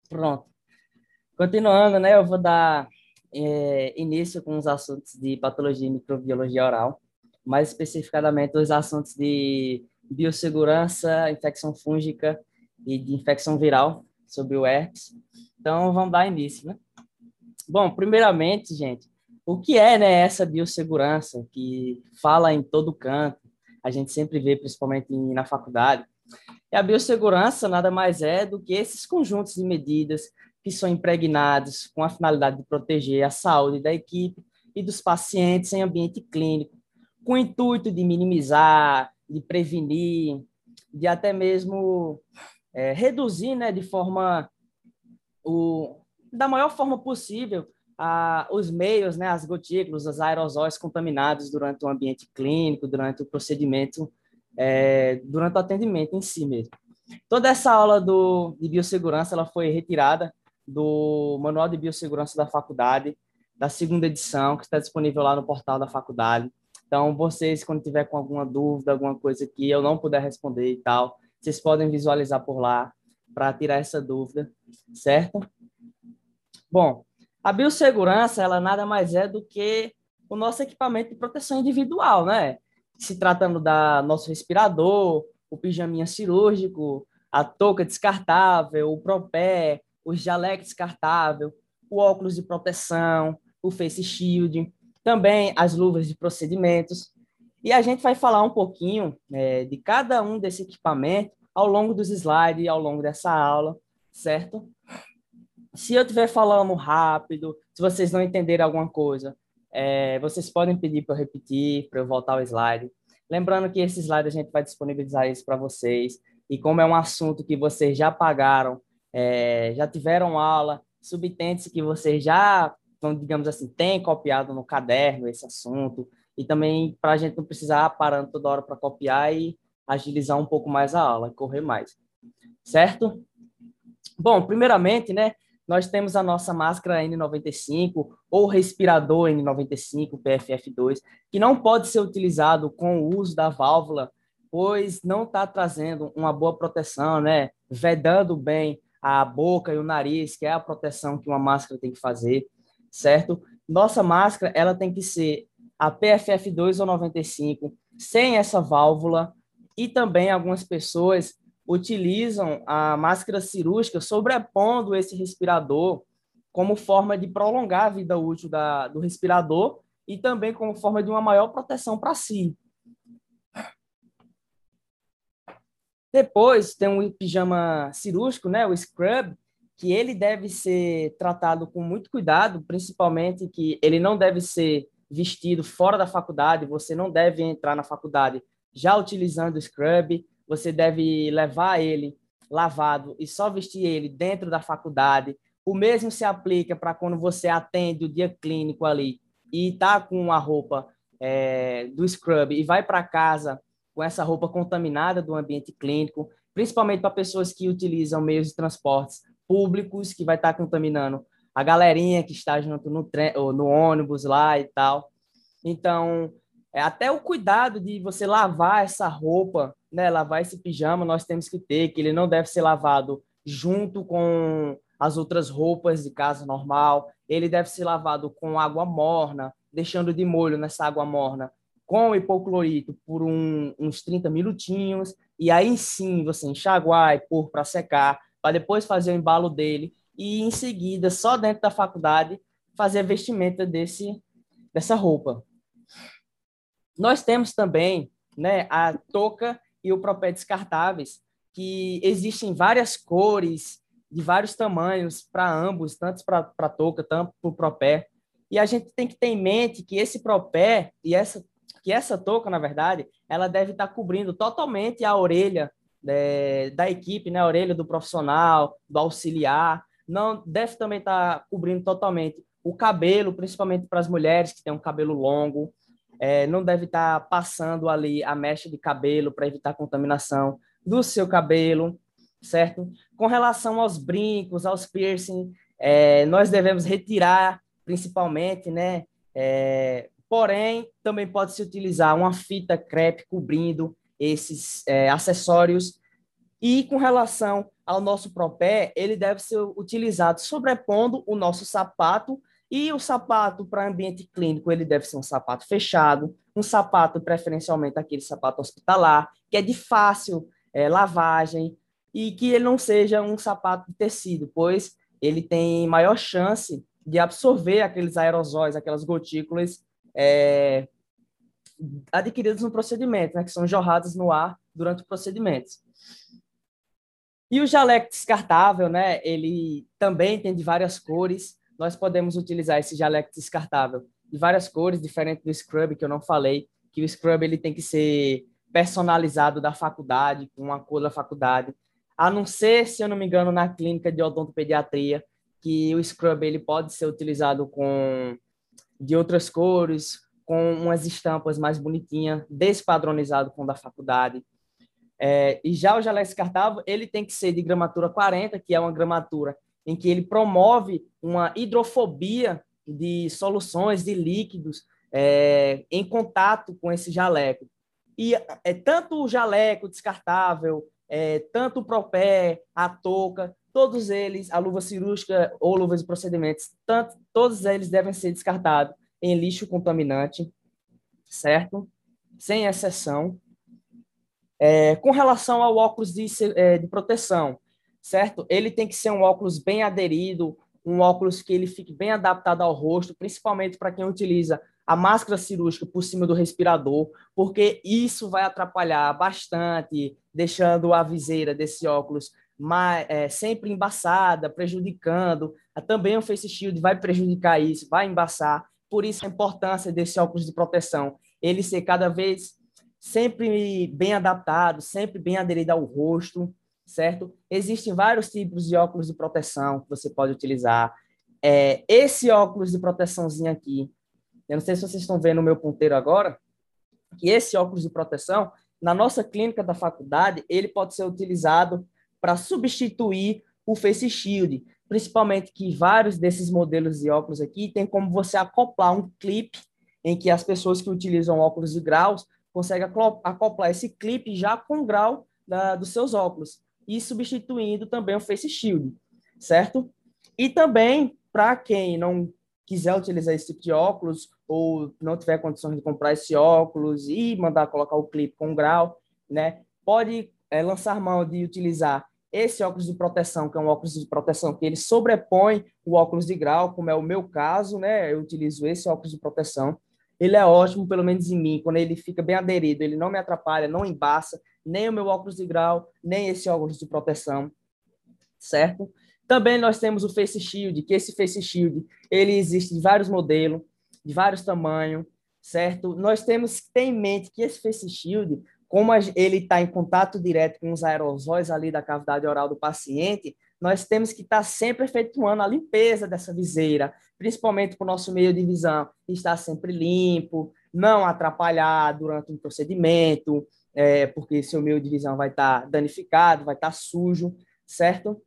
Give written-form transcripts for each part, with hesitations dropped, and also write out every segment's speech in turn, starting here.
Pronto. Continuando, né, eu vou dar início com os assuntos de patologia e microbiologia oral, mais especificadamente os assuntos de biossegurança, infecção fúngica e de infecção viral sobre o herpes. Então, vamos dar início, né? Bom, primeiramente, gente, o que é, né, essa biossegurança que fala em todo canto, a gente sempre vê, principalmente na faculdade? E a biossegurança nada mais é do que esses conjuntos de medidas que são impregnados com a finalidade de proteger a saúde da equipe e dos pacientes em ambiente clínico, com o intuito de minimizar, de prevenir, de até mesmo reduzir, né, de forma da maior forma possível os meios, né, as gotículas, os aerosóis contaminados durante o ambiente clínico, durante o procedimento, durante o atendimento em si mesmo. Toda essa aula de biossegurança ela foi retirada do Manual de Biossegurança da Faculdade, da segunda edição, que está disponível lá no portal da faculdade. Então, vocês, quando tiver com alguma dúvida, alguma coisa que eu não puder responder e tal, vocês podem visualizar por lá para tirar essa dúvida, certo? Bom, a biossegurança, ela nada mais é do que o nosso equipamento de proteção individual, né? Se tratando da nosso respirador, o pijaminha cirúrgico, a touca descartável, o propé, o jaleco descartável, o óculos de proteção, o face shield, também as luvas de procedimentos. E a gente vai falar um pouquinho de cada um desse equipamento ao longo dos slides, ao longo dessa aula, certo? Se eu estiver falando rápido, se vocês não entenderem alguma coisa, vocês podem pedir para eu repetir, para eu voltar ao slide. Lembrando que esse slide a gente vai disponibilizar isso para vocês. E como é um assunto que vocês já pagaram, já tiveram aula, subtende-se que vocês já, então, digamos assim, têm copiado no caderno esse assunto. E também para a gente não precisar parando toda hora para copiar e agilizar um pouco mais a aula, correr mais. Certo? Bom, primeiramente, né, nós temos a nossa máscara N95 ou respirador N95 PFF2, que não pode ser utilizado com o uso da válvula, pois não está trazendo uma boa proteção, né, vedando bem a boca e o nariz, que é a proteção que uma máscara tem que fazer, certo? Nossa máscara, ela tem que ser a PFF2 ou 95, sem essa válvula, e também algumas pessoas utilizam a máscara cirúrgica sobrepondo esse respirador como forma de prolongar a vida útil do respirador e também como forma de uma maior proteção para si. Depois tem um pijama cirúrgico, né, o scrub, que ele deve ser tratado com muito cuidado, principalmente que ele não deve ser vestido fora da faculdade, você não deve entrar na faculdade já utilizando o scrub, você deve levar ele lavado e só vestir ele dentro da faculdade. O mesmo se aplica para quando você atende o dia clínico ali e está com a roupa do scrub e vai para casa com essa roupa contaminada do ambiente clínico, principalmente para pessoas que utilizam meios de transportes públicos, que vai estar contaminando a galerinha que está junto no trem, ou no ônibus lá e tal. Então, até o cuidado de você lavar essa roupa, né, lavar esse pijama, nós temos que ter, que ele não deve ser lavado junto com as outras roupas de casa normal, ele deve ser lavado com água morna, deixando de molho nessa água morna com hipoclorito por uns 30 minutinhos, e aí sim você enxaguar e pôr para secar, para depois fazer o embalo dele, e em seguida, só dentro da faculdade, fazer a vestimenta dessa roupa. Nós temos também, né, a touca e o propé descartáveis, que existem várias cores, de vários tamanhos para ambos, tanto para a touca, tanto para o propé. E a gente tem que ter em mente que esse propé e essa touca, na verdade, ela deve estar cobrindo totalmente a orelha da equipe, né, a orelha do profissional, do auxiliar. Não deve também estar cobrindo totalmente o cabelo, principalmente para as mulheres que têm um cabelo longo. Não deve estar passando ali a mecha de cabelo para evitar contaminação do seu cabelo, certo? Com relação aos brincos, aos piercing, nós devemos retirar principalmente, né? Porém, também pode-se utilizar uma fita crepe cobrindo esses acessórios. E com relação ao nosso propé, ele deve ser utilizado sobrepondo o nosso sapato, e o sapato para ambiente clínico, ele deve ser um sapato fechado, um sapato preferencialmente aquele sapato hospitalar, que é de fácil lavagem, e que ele não seja um sapato de tecido, pois ele tem maior chance de absorver aqueles aerosóis, aquelas gotículas é, adquiridas no procedimento, né, que são jorradas no ar durante o procedimento. E o jaleco descartável, né, ele também tem de várias cores. Nós podemos utilizar esse jaleco descartável de várias cores, diferente do scrub, que eu não falei, que o scrub ele tem que ser personalizado da faculdade, com a cor da faculdade. A não ser, se eu não me engano, na clínica de odontopediatria, que o scrub ele pode ser utilizado com de outras cores, com umas estampas mais bonitinhas, despadronizado com o da faculdade. E já o jaleco descartável, ele tem que ser de gramatura 40, que é uma gramatura em que ele promove uma hidrofobia de soluções, de líquidos, em contato com esse jaleco. E tanto o jaleco descartável, tanto o propé, a touca, todos eles, a luva cirúrgica ou luvas de procedimentos, todos eles devem ser descartados em lixo contaminante, certo? Sem exceção. Com relação ao óculos de proteção, certo? Ele tem que ser um óculos bem aderido, um óculos que ele fique bem adaptado ao rosto, principalmente para quem utiliza a máscara cirúrgica por cima do respirador, porque isso vai atrapalhar bastante, deixando a viseira desse óculos sempre embaçada, prejudicando. Também o face shield vai prejudicar isso, vai embaçar. Por isso a importância desse óculos de proteção, ele ser cada vez sempre bem adaptado, sempre bem aderido ao rosto, certo? Existem vários tipos de óculos de proteção que você pode utilizar. Esse óculos de proteçãozinho aqui, eu não sei se vocês estão vendo o meu ponteiro agora, que esse óculos de proteção, na nossa clínica da faculdade, ele pode ser utilizado para substituir o face shield, principalmente que vários desses modelos de óculos aqui tem como você acoplar um clipe em que as pessoas que utilizam óculos de graus conseguem acoplar esse clipe já com o grau dos seus óculos e substituindo também o face shield, certo? E também, para quem não quiser utilizar esse tipo de óculos ou não tiver condições de comprar esse óculos e mandar colocar o clipe com grau, né, pode lançar mão de utilizar esse óculos de proteção, que é um óculos de proteção que ele sobrepõe o óculos de grau, como é o meu caso, né, eu utilizo esse óculos de proteção. Ele é ótimo, pelo menos em mim, quando ele fica bem aderido, ele não me atrapalha, não embaça, nem o meu óculos de grau, nem esse óculos de proteção, certo? Também nós temos o Face Shield, que esse Face Shield, ele existe de vários modelos, de vários tamanhos, certo? Nós temos que ter em mente que esse Face Shield, como ele está em contato direto com os aerosóis ali da cavidade oral do paciente, nós temos que estar sempre efetuando a limpeza dessa viseira, principalmente para o nosso meio de visão, estar sempre limpo, não atrapalhar durante um procedimento, porque seu meio de visão vai estar danificado, vai estar sujo, certo?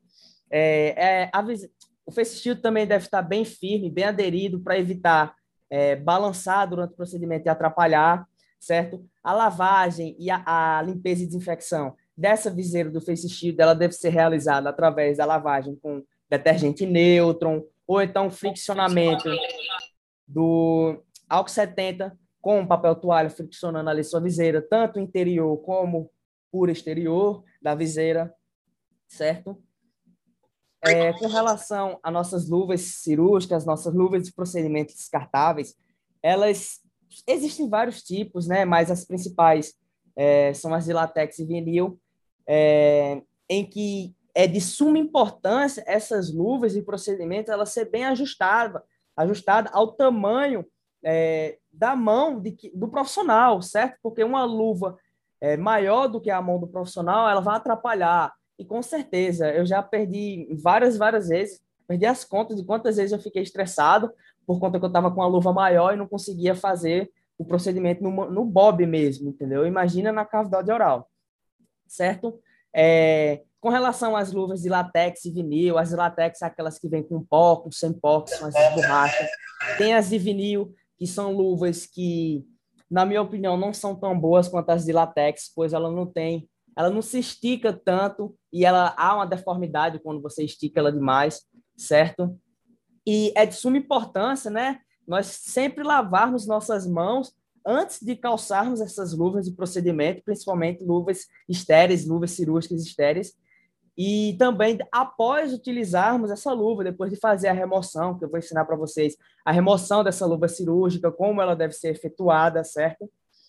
O face shield também deve estar bem firme, bem aderido para evitar balançar durante o procedimento e atrapalhar, certo? A lavagem e a limpeza e desinfecção dessa viseira do face shield, ela deve ser realizada através da lavagem com detergente neutron ou então friccionamento do álcool 70 com papel toalha friccionando ali sua viseira, tanto interior como por exterior da viseira, certo? Com relação às nossas luvas cirúrgicas, nossas luvas de procedimentos descartáveis, elas existem vários tipos, né? Mas as principais são as de látex e vinil, em que é de suma importância essas luvas de procedimentos elas ser bem ajustada ao tamanho da mão do profissional, certo? Porque uma luva maior do que a mão do profissional, ela vai atrapalhar. E com certeza, eu já perdi várias vezes, perdi as contas de quantas vezes eu fiquei estressado por conta que eu estava com a luva maior e não conseguia fazer o procedimento no bob mesmo, entendeu? Imagina na cavidade oral, certo? Com relação às luvas de látex e vinil, as de látex aquelas que vêm com pó, com sem pó, que são as de borracha. Tem as de vinil, que são luvas que, na minha opinião, não são tão boas quanto as de látex, pois ela não tem ela não se estica tanto e ela há uma deformidade quando você estica ela demais, certo? E é de suma importância, né? Nós sempre lavarmos nossas mãos antes de calçarmos essas luvas de procedimento, principalmente luvas estéreis, luvas cirúrgicas estéreis, e também após utilizarmos essa luva, depois de fazer a remoção, que eu vou ensinar para vocês a remoção dessa luva cirúrgica, como ela deve ser efetuada, certo?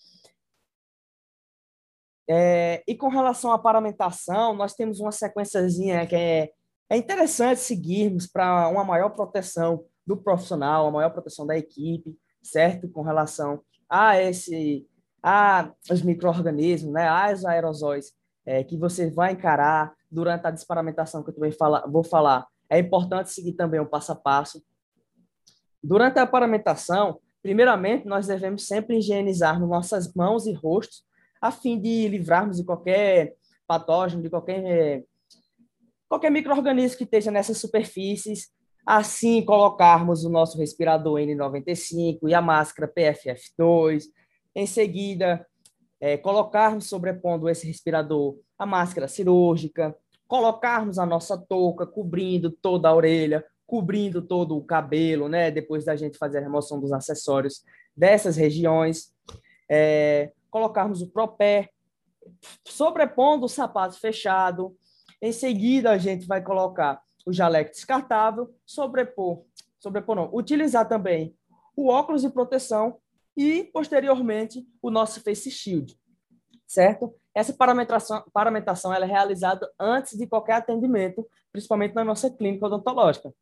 E com relação à paramentação, nós temos uma sequenciazinha que é interessante seguirmos para uma maior proteção do profissional, uma maior proteção da equipe, certo? Com relação a os micro-organismos, né? Aos aerosóis que você vai encarar durante a desparamentação que eu também vou falar. É importante seguir também o passo a passo. Durante a paramentação, primeiramente, nós devemos sempre higienizar nossas mãos e rostos a fim de livrarmos de qualquer patógeno, de qualquer micro-organismo que esteja nessas superfícies. Assim, colocarmos o nosso respirador N95 e a máscara PFF2. Em seguida, colocarmos sobrepondo esse respirador a máscara cirúrgica, colocarmos a nossa touca cobrindo toda a orelha, cobrindo todo o cabelo, né? Depois da gente fazer a remoção dos acessórios dessas regiões, colocarmos o propé, sobrepondo o sapato fechado. Em seguida, a gente vai colocar o jaleco descartável, sobrepor não, utilizar também o óculos de proteção e, posteriormente, o nosso face shield, certo? Essa paramentação ela é realizada antes de qualquer atendimento, principalmente na nossa clínica odontológica.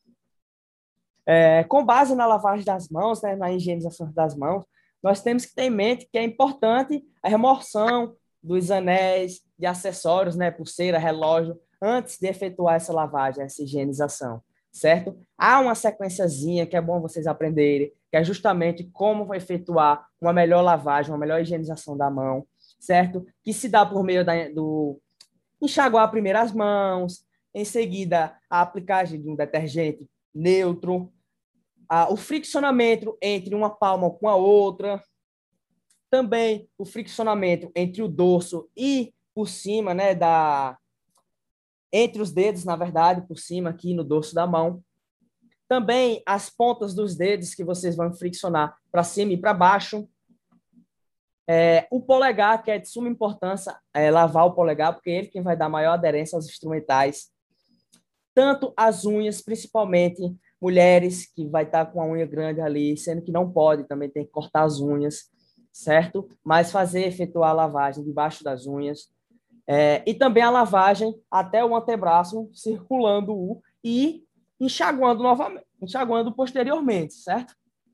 Com base na lavagem das mãos, né, na higienização das mãos, nós temos que ter em mente que é importante a remoção dos anéis, de acessórios, né, pulseira, relógio, antes de efetuar essa lavagem, essa higienização, certo? Há uma sequenciazinha que é bom vocês aprenderem, que é justamente como efetuar uma melhor lavagem, uma melhor higienização da mão, certo? Que se dá por meio do enxaguar primeiro as mãos, em seguida a aplicagem de um detergente neutro, o friccionamento entre uma palma com a outra, também o friccionamento entre o dorso e por cima, né, entre os dedos, na verdade, por cima aqui no dorso da mão. Também as pontas dos dedos que vocês vão friccionar para cima e para baixo. O polegar, que é de suma importância, lavar o polegar, porque é ele quem vai dar maior aderência aos instrumentais. Tanto as unhas, principalmente mulheres que vai estar com a unha grande ali, sendo que não pode, também tem que cortar as unhas, certo? Mas efetuar a lavagem debaixo das unhas. E também a lavagem até o antebraço, circulando-o e enxaguando novamente, enxaguando posteriormente, certo?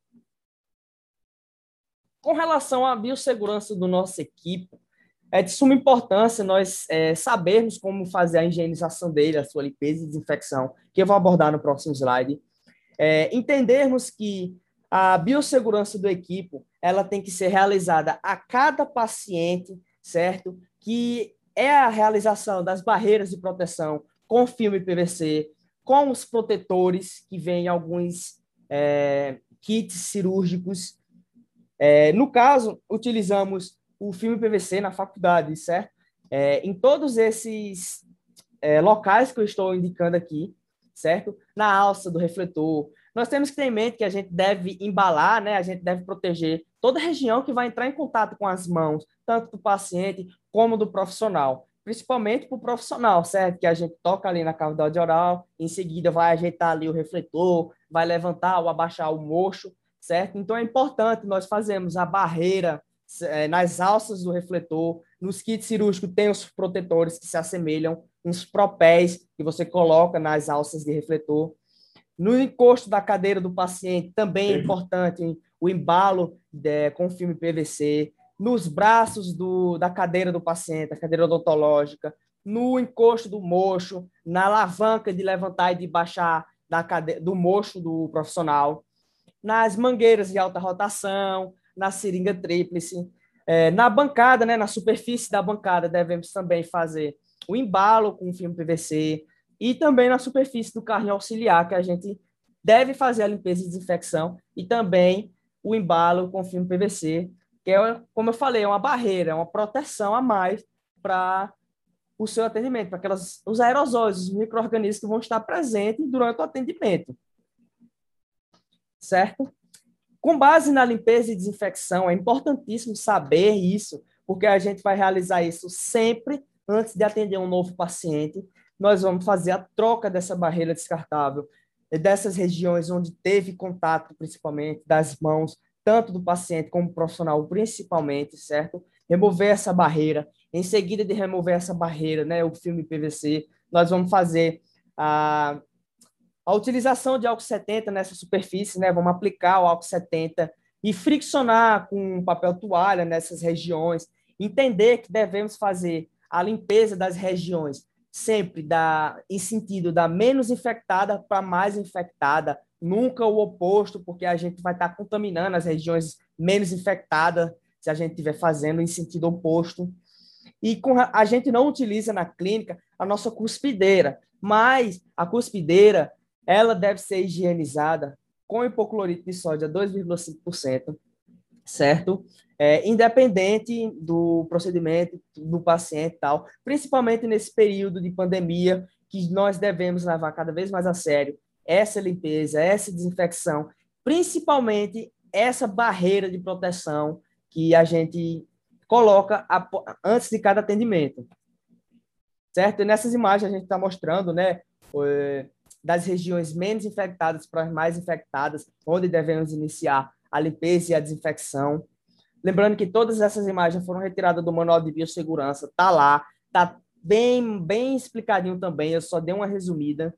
Com relação à biossegurança do nosso equipo, é de suma importância nós sabermos como fazer a higienização dele, a sua limpeza e desinfecção, que eu vou abordar no próximo slide. Entendermos que a biossegurança do equipo ela tem que ser realizada a cada paciente, certo? Que é a realização das barreiras de proteção com filme PVC, com os protetores que vêm em alguns kits cirúrgicos. No caso, utilizamos o filme PVC na faculdade, certo? Em todos esses locais que eu estou indicando aqui, certo? Na alça do refletor. Nós temos que ter em mente que a gente deve embalar, né? A gente deve proteger toda a região que vai entrar em contato com as mãos, tanto do paciente como do profissional. Principalmente para o profissional, certo? Que a gente toca ali na cavidade oral, em seguida vai ajeitar ali o refletor, vai levantar ou abaixar o mocho, certo? Então é importante nós fazermos a barreira nas alças do refletor. Nos kits cirúrgicos tem os protetores que se assemelham, uns propés que você coloca nas alças de refletor. No encosto da cadeira do paciente também é importante o embalo com filme PVC. Nos braços da cadeira do paciente, a cadeira odontológica, no encosto do mocho, na alavanca de levantar e de baixar do mocho do profissional, nas mangueiras de alta rotação, na seringa tríplice, na bancada, né, na superfície da bancada, devemos também fazer o embalo com filme PVC e também na superfície do carrinho auxiliar, que a gente deve fazer a limpeza e desinfecção e também o embalo com filme PVC, que é, como eu falei, é uma barreira, é uma proteção a mais para o seu atendimento, para os aerosóis, os micro-organismos que vão estar presentes durante o atendimento, certo? Com base na limpeza e desinfecção, é importantíssimo saber isso, porque a gente vai realizar isso sempre antes de atender um novo paciente. Nós vamos fazer a troca dessa barreira descartável, dessas regiões onde teve contato, principalmente, das mãos, tanto do paciente como do profissional, principalmente, certo? Remover essa barreira. Em seguida de remover essa barreira, né, o filme PVC, nós vamos fazer a utilização de álcool 70 nessa superfície, né? Vamos aplicar o álcool 70 e friccionar com papel toalha nessas regiões. Entender que devemos fazer a limpeza das regiões sempre em sentido da menos infectada para mais infectada, nunca o oposto, porque a gente vai estar contaminando as regiões menos infectadas se a gente estiver fazendo em sentido oposto. E a gente não utiliza na clínica a nossa cuspideira, mas a cuspideira ela deve ser higienizada com hipoclorito de sódio a 2,5%, certo? Independente do procedimento do paciente e tal, principalmente nesse período de pandemia, que nós devemos levar cada vez mais a sério essa limpeza, essa desinfecção, principalmente essa barreira de proteção que a gente coloca antes de cada atendimento, certo? E nessas imagens a gente está mostrando, né, das regiões menos infectadas para as mais infectadas, onde devemos iniciar a limpeza e a desinfecção. Lembrando que todas essas imagens foram retiradas do Manual de Biossegurança, tá lá, tá bem explicadinho também, eu só dei uma resumida.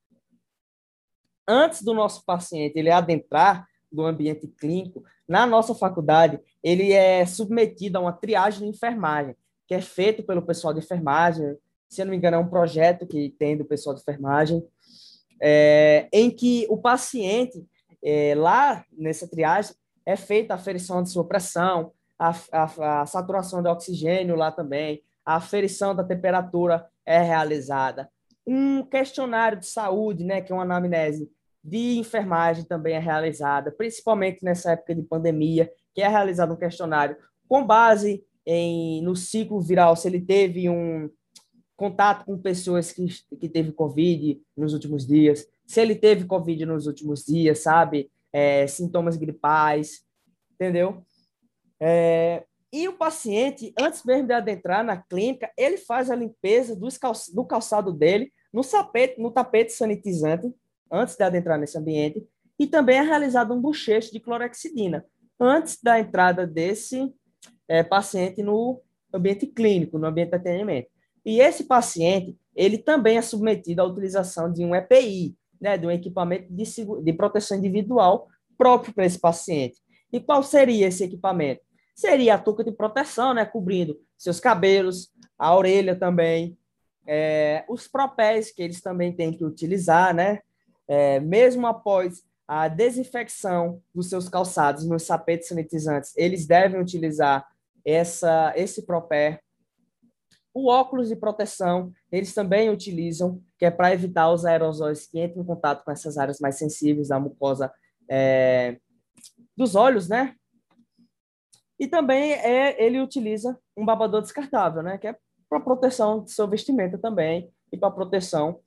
Antes do nosso paciente ele adentrar do ambiente clínico, na nossa faculdade, ele é submetido a uma triagem de enfermagem, que é feito pelo pessoal de enfermagem, se eu não me engano, é um projeto que tem do pessoal de enfermagem, em que o paciente, lá nessa triagem, é feita a aferição de sua pressão, a saturação de oxigênio lá também, a aferição da temperatura é realizada. Um questionário de saúde, né, que é uma anamnese de enfermagem também é realizada, principalmente nessa época de pandemia, que é realizado um questionário com base no ciclo viral, se ele teve um contato com pessoas que teve Covid nos últimos dias, se ele teve Covid nos últimos dias, sabe? Sintomas gripais, entendeu? E o paciente, antes mesmo de adentrar na clínica, ele faz a limpeza do calçado dele no tapete sanitizante, antes de adentrar nesse ambiente, e também é realizado um bochecho de clorexidina, antes da entrada desse paciente no ambiente clínico, no ambiente de atendimento. E esse paciente, ele também é submetido à utilização de um EPI, né, de um equipamento de proteção individual próprio para esse paciente. E qual seria esse equipamento? Seria a touca de proteção, né, cobrindo seus cabelos, a orelha também, os propés que eles também têm que utilizar, né, mesmo após a desinfecção dos seus calçados nos tapetes sanitizantes, eles devem utilizar esse propé. O óculos de proteção, eles também utilizam, que é para evitar os aerosóis que entram em contato com essas áreas mais sensíveis da mucosa dos olhos, né? E também ele utiliza um babador descartável, né? Que é para proteção do seu vestimenta também e para proteção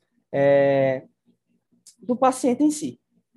do paciente em si.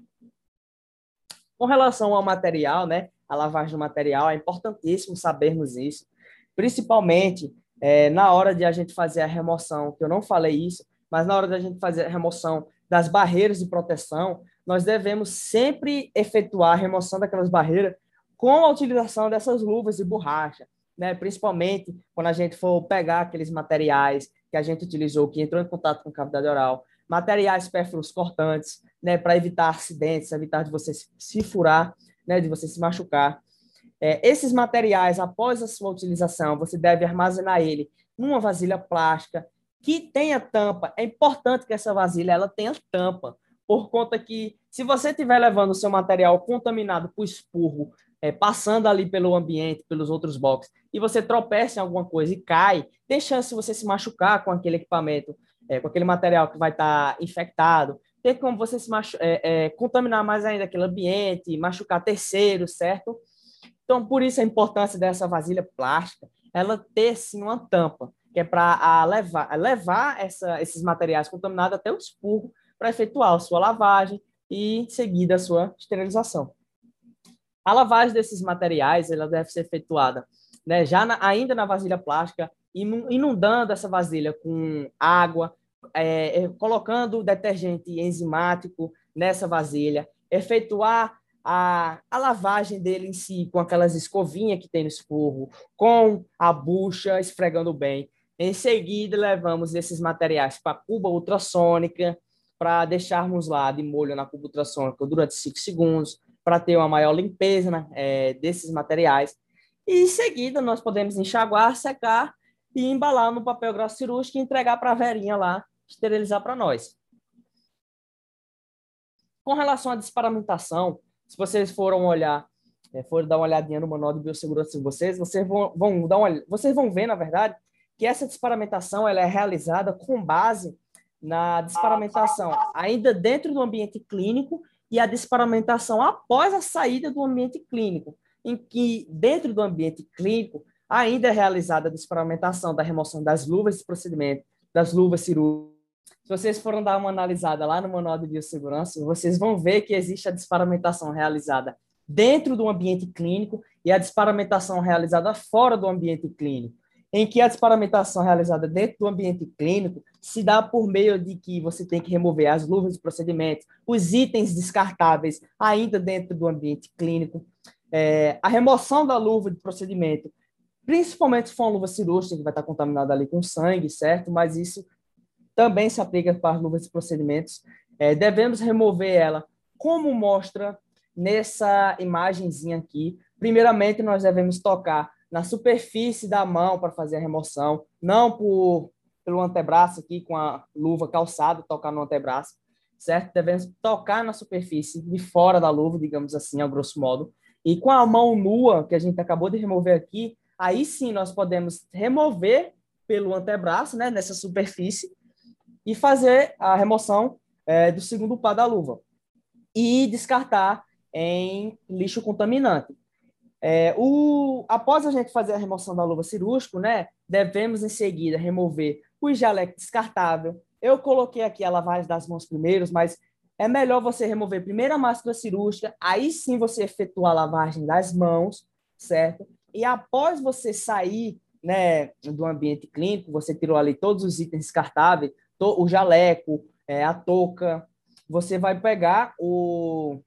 Com relação ao material, né? A lavagem do material, é importantíssimo sabermos isso, principalmente na hora de a gente fazer a remoção, que eu não falei isso, mas na hora da gente fazer a remoção das barreiras de proteção, nós devemos sempre efetuar a remoção daquelas barreiras com a utilização dessas luvas de borracha, né? Principalmente quando a gente for pegar aqueles materiais que a gente utilizou, que entrou em contato com a cavidade oral, materiais pérfuros cortantes, né? Para evitar acidentes, evitar de você se furar, né? De você se machucar. Esses materiais, após a sua utilização, você deve armazenar ele numa vasilha plástica que tenha tampa. É importante que essa vasilha ela tenha tampa, por conta que se você estiver levando o seu material contaminado por expurgo, passando ali pelo ambiente, pelos outros boxes, e você tropeça em alguma coisa e cai, tem chance de você se machucar com aquele equipamento, com aquele material que vai estar infectado, tem como você se contaminar mais ainda aquele ambiente, machucar terceiros, certo? Então, por isso a importância dessa vasilha plástica, ela ter, sim, uma tampa. que é para levar esses materiais contaminados até o expurgo para efetuar a sua lavagem e, em seguida, a sua esterilização. A lavagem desses materiais ela deve ser efetuada, né, ainda na vasilha plástica, inundando essa vasilha com água, colocando detergente enzimático nessa vasilha, efetuar a lavagem dele em si com aquelas escovinhas que tem no expurgo, com a bucha, esfregando bem. Em seguida, levamos esses materiais para a cuba ultrassônica, para deixarmos lá de molho na cuba ultrassônica durante 5 segundos, para ter uma maior limpeza, né, desses materiais. E em seguida, nós podemos enxaguar, secar e embalar no papel grosso cirúrgico e entregar para a Verinha lá, esterilizar para nós. Com relação à desparamentação, se vocês forem dar uma olhadinha no manual de biossegurança de vocês, vocês vão ver, na verdade, que essa desparamentação ela é realizada com base na desparamentação ainda dentro do ambiente clínico e a desparamentação após a saída do ambiente clínico, em que dentro do ambiente clínico ainda é realizada a desparamentação da remoção das luvas de procedimento, das luvas cirúrgicas. Se vocês forem dar uma analisada lá no manual de biossegurança, vocês vão ver que existe a desparamentação realizada dentro do ambiente clínico e a desparamentação realizada fora do ambiente clínico, em que a desparamentação realizada dentro do ambiente clínico se dá por meio de que você tem que remover as luvas de procedimento, os itens descartáveis ainda dentro do ambiente clínico, a remoção da luva de procedimento, principalmente se for uma luva cirúrgica que vai estar contaminada ali com sangue, certo? Mas isso também se aplica para as luvas de procedimentos. Devemos remover ela, como mostra nessa imagenzinha aqui. Primeiramente, nós devemos tocar na superfície da mão para fazer a remoção, não pelo antebraço aqui, com a luva calçada, tocar no antebraço, certo? Devemos tocar na superfície de fora da luva, digamos assim, a grosso modo. E com a mão nua, que a gente acabou de remover aqui, aí sim nós podemos remover pelo antebraço, né, nessa superfície, e fazer a remoção do segundo par da luva e descartar em lixo contaminante. Após a gente fazer a remoção da luva cirúrgica, né, devemos em seguida remover o jaleco descartável. Eu coloquei aqui a lavagem das mãos primeiro, mas é melhor você remover primeiro a máscara cirúrgica, aí sim você efetuar a lavagem das mãos, certo? E após você sair, né, do ambiente clínico, você tirou ali todos os itens descartáveis, o jaleco, a touca, você vai pegar o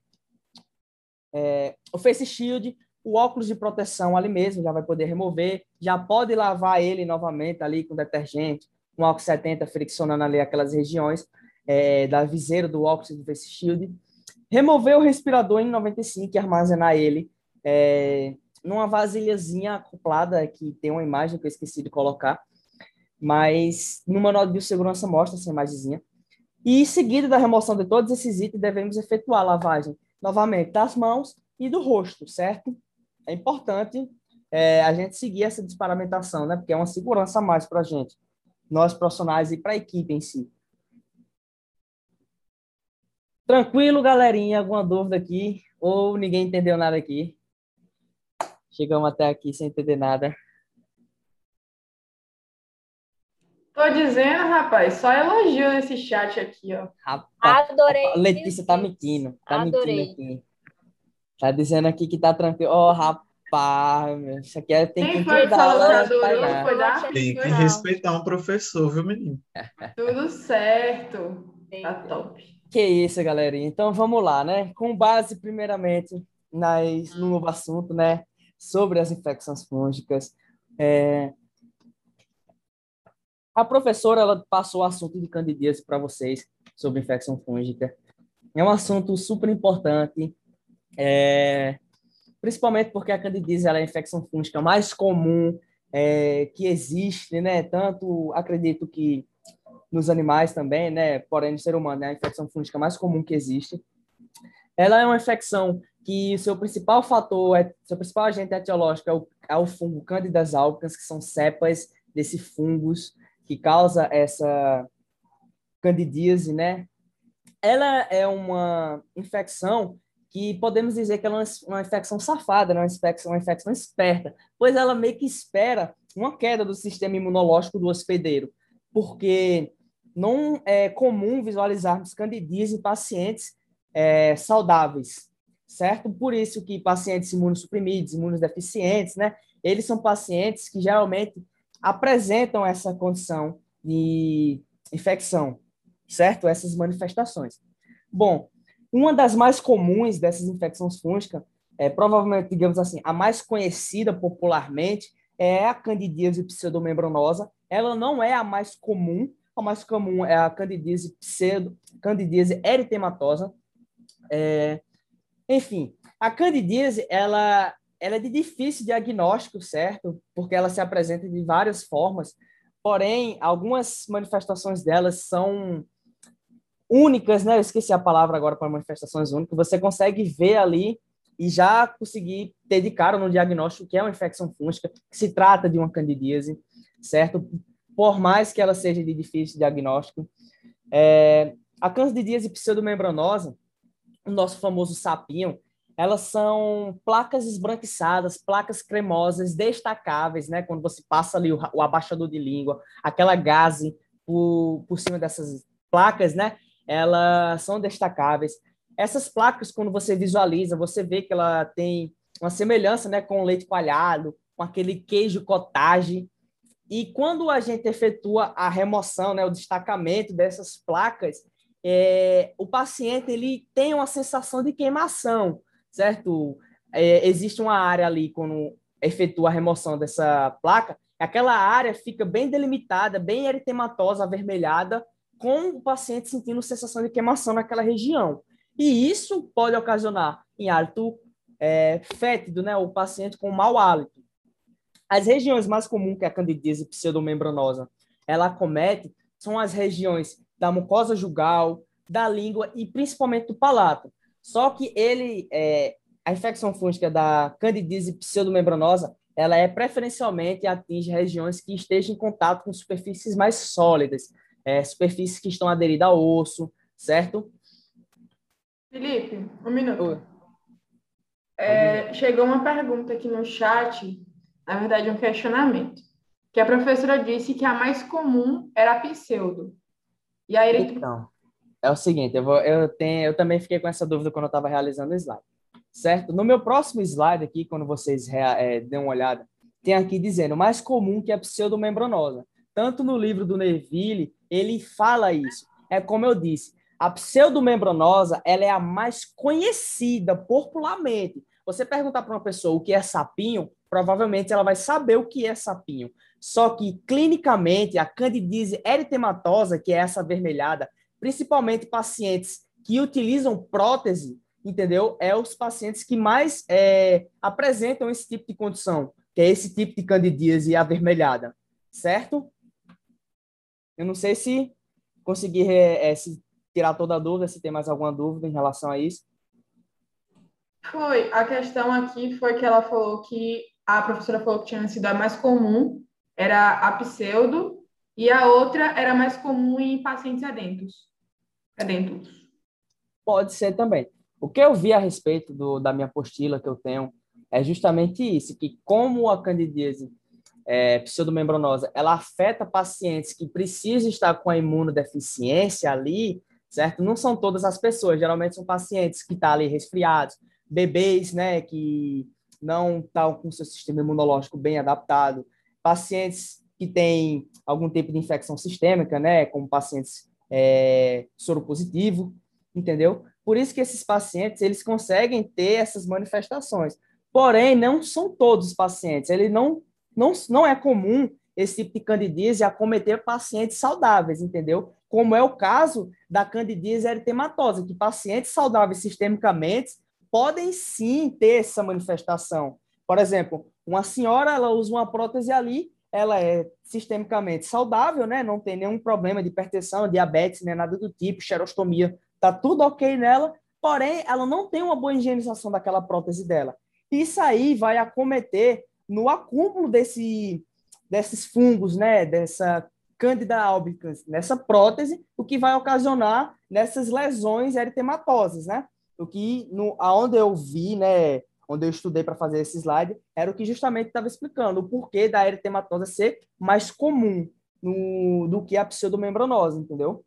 face shield, o óculos de proteção ali mesmo, já vai poder remover, já pode lavar ele novamente ali com detergente, com álcool 70, friccionando ali aquelas regiões da viseira do óculos do face shield. Remover o respirador em 95 e armazenar ele numa vasilhazinha acoplada, que tem uma imagem que eu esqueci de colocar, mas no manual de biossegurança mostra essa imagenzinha. E, em seguida da remoção de todos esses itens, devemos efetuar a lavagem novamente das mãos e do rosto, certo? É importante a gente seguir essa desparamentação, né? Porque é uma segurança a mais para a gente, nós profissionais e para a equipe em si. Tranquilo, galerinha? Alguma dúvida aqui? Ou ninguém entendeu nada aqui? Chegamos até aqui sem entender nada. Tô dizendo, rapaz, só elogio nesse chat aqui, ó. Rapaz, Adorei. Letícia tá mentindo. Tá Adorei. mentindo aqui. Tá dizendo aqui que tá tranquilo. Ó, rapaz, meu, isso aqui tem que Quem foi que dar falou que aula de adorou? Tainá. Foi da? Tem que Foi? respeitar um professor, viu, menino? Tudo certo. Tá top. Que isso, galerinha. Então vamos lá, né? Com base, primeiramente, no novo assunto, né? Sobre as infecções fúngicas. A professora ela passou o assunto de candidíase para vocês sobre infecção fúngica. É um assunto super importante, principalmente porque a candidíase ela é a infecção fúngica mais comum que existe, né? Tanto acredito que nos animais também, né? Porém, no ser humano é a infecção fúngica mais comum que existe. Ela é uma infecção que seu principal agente etiológico é o fungo Candida albicans, que são cepas desse fungos que causa essa candidíase, né? Ela é uma infecção que podemos dizer que ela é uma infecção safada, né? Uma infecção esperta, pois ela meio que espera uma queda do sistema imunológico do hospedeiro, porque não é comum visualizarmos candidíase em pacientes saudáveis, certo? Por isso que pacientes imunossuprimidos, imunodeficientes, né? Eles são pacientes que geralmente apresentam essa condição de infecção, certo? Essas manifestações. Bom, uma das mais comuns dessas infecções fúngicas, provavelmente, digamos assim, a mais conhecida popularmente, é a candidíase pseudomembranosa. Ela não é a mais comum é a candidíase eritematosa. Enfim, a candidíase, ela é de difícil diagnóstico, certo? Porque ela se apresenta de várias formas, porém, algumas manifestações delas são únicas, né? Eu esqueci a palavra agora para manifestações únicas. Você consegue ver ali e já conseguir ter de cara no diagnóstico que é uma infecção fúngica, que se trata de uma candidíase, certo? Por mais que ela seja de difícil diagnóstico. A candidíase pseudomembranosa, o nosso famoso sapinho, elas são placas esbranquiçadas, placas cremosas, destacáveis, né? Quando você passa ali o abaixador de língua, aquela gaze por cima dessas placas, né? Elas são destacáveis. Essas placas, quando você visualiza, você vê que ela tem uma semelhança, né, com o leite coalhado, com aquele queijo cottage. E quando a gente efetua a remoção, né, o destacamento dessas placas, o paciente ele tem uma sensação de queimação, certo? Existe uma área ali, quando efetua a remoção dessa placa, aquela área fica bem delimitada, bem eritematosa, avermelhada, com o paciente sentindo sensação de queimação naquela região. E isso pode ocasionar em hálito fétido, né? O paciente com mau hálito. As regiões mais comuns que a candidíase pseudomembranosa ela acomete são as regiões da mucosa jugal, da língua e principalmente do palato. Só que a infecção fúngica da candidíase pseudomembranosa ela preferencialmente atinge regiões que estejam em contato com superfícies mais sólidas, superfícies que estão aderidas ao osso, certo? Felipe, um minuto. Oi. Chegou uma pergunta aqui no chat, na verdade um questionamento, que a professora disse que a mais comum era a pseudo. E aí Então, é o seguinte, eu também fiquei com essa dúvida quando eu estava realizando o slide, certo? No meu próximo slide aqui, quando vocês dêem uma olhada, tem aqui dizendo mais comum que a pseudomembranosa. Tanto no livro do Neville, ele fala isso. É como eu disse, a pseudomembranosa, ela é a mais conhecida popularmente. Você perguntar para uma pessoa o que é sapinho, provavelmente ela vai saber o que é sapinho. Só que, clinicamente, a candidíase eritematosa, que é essa avermelhada, principalmente pacientes que utilizam prótese, entendeu? É os pacientes que mais apresentam esse tipo de condição, que é esse tipo de candidíase avermelhada, certo? Eu não sei se consegui se tirar toda a dúvida, se tem mais alguma dúvida em relação a isso. a questão aqui foi que ela falou que a professora falou que tinha sido a mais comum, era a pseudo, e a outra era mais comum em pacientes adentros. Pode ser também. O que eu vi a respeito da minha apostila que eu tenho é justamente isso, que como a candidíase pseudomembranosa, ela afeta pacientes que precisam estar com a imunodeficiência ali, certo? Não são todas as pessoas, geralmente são pacientes que estão ali resfriados, bebês, né, que não estão com seu sistema imunológico bem adaptado, pacientes que têm algum tipo de infecção sistêmica, né, como pacientes soropositivos, entendeu? Por isso que esses pacientes, eles conseguem ter essas manifestações. Porém, não são todos os pacientes. Ele não é comum esse tipo de candidíase acometer pacientes saudáveis, entendeu? Como é o caso da candidíase eritematosa, que pacientes saudáveis sistemicamente podem sim ter essa manifestação. Por exemplo, uma senhora, ela usa uma prótese ali, ela é sistemicamente saudável, né? Não tem nenhum problema de hipertensão, diabetes, nem nada do tipo, xerostomia, tá tudo ok nela, porém, ela não tem uma boa higienização daquela prótese dela. Isso aí vai acometer no acúmulo desses fungos, né? Dessa Candida albicans, nessa prótese, o que vai ocasionar nessas lesões eritematosas, né? O que, aonde eu vi, né, onde eu estudei para fazer esse slide, era o que justamente estava explicando o porquê da eritematosa ser mais comum do que a pseudomembranose, entendeu?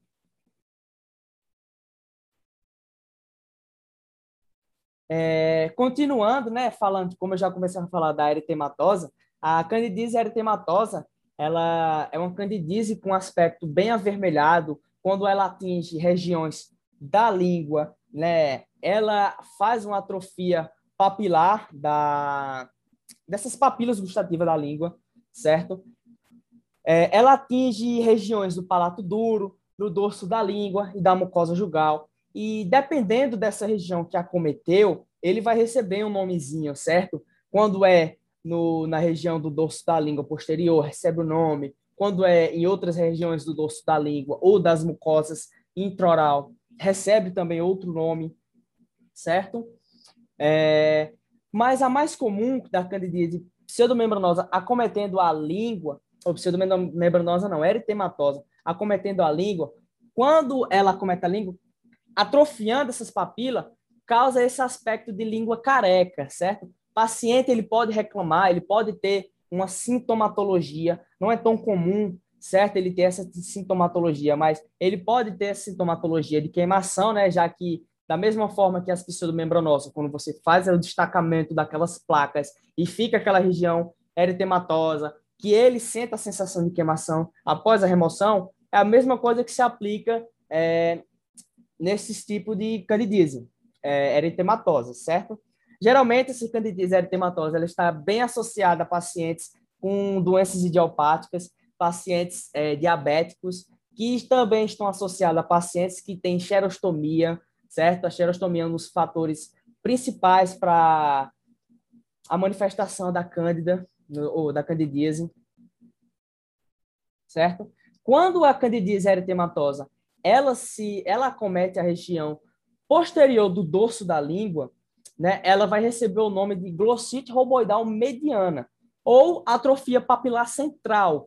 Continuando, né, falando, como eu já comecei a falar da eritematosa, a candidíase eritematosa, ela é uma candidíase com aspecto bem avermelhado, quando ela atinge regiões da língua, né, ela faz uma atrofia papilar dessas papilas gustativas da língua, certo? Ela atinge regiões do palato duro, do dorso da língua e da mucosa jugal. E dependendo dessa região que acometeu, ele vai receber um nomezinho, certo? Quando é na região do dorso da língua posterior, recebe o nome. Quando é em outras regiões do dorso da língua ou das mucosas intraoral, recebe também outro nome, certo? Mas a mais comum da candidíase pseudomembranosa acometendo a língua, ou pseudomembranosa não, eritematosa, acometendo a língua, quando ela acomete a língua, atrofiando essas papilas, causa esse aspecto de língua careca, certo? O paciente ele pode reclamar, ele pode ter uma sintomatologia, não é tão comum, certo? Ele ter essa sintomatologia, mas ele pode ter essa sintomatologia de queimação, né? Já que da mesma forma que as pseudomembranosas, quando você faz o destacamento daquelas placas e fica aquela região eritematosa, que ele sente a sensação de queimação após a remoção, é a mesma coisa que se aplica nesses tipos de candidíase eritematosa, certo? Geralmente, essa candidíase eritematosa ela está bem associada a pacientes com doenças idiopáticas, pacientes diabéticos, que também estão associados a pacientes que têm xerostomia, certo? A xerostomia é um dos fatores principais para a manifestação da cândida ou da candidíase, certo? Quando a candidíase eritematosa ela acomete a região posterior do dorso da língua, né, ela vai receber o nome de glossite roboidal mediana ou atrofia papilar central.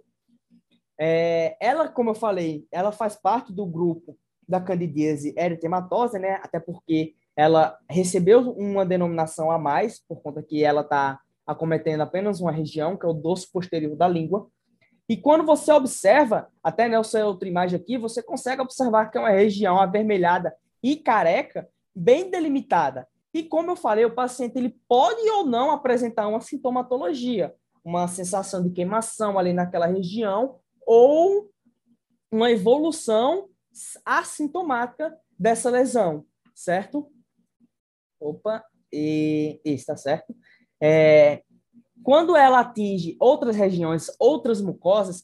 Ela, como eu falei, ela faz parte do grupo da candidíase eritematosa, né, até porque ela recebeu uma denominação a mais, por conta que ela está acometendo apenas uma região, que é o dorso posterior da língua. E quando você observa, até nessa outra imagem aqui, você consegue observar que é uma região avermelhada e careca, bem delimitada. E como eu falei, o paciente ele pode ou não apresentar uma sintomatologia, uma sensação de queimação ali naquela região, ou uma evolução assintomática dessa lesão, certo? Opa, e está certo. Quando ela atinge outras regiões, outras mucosas,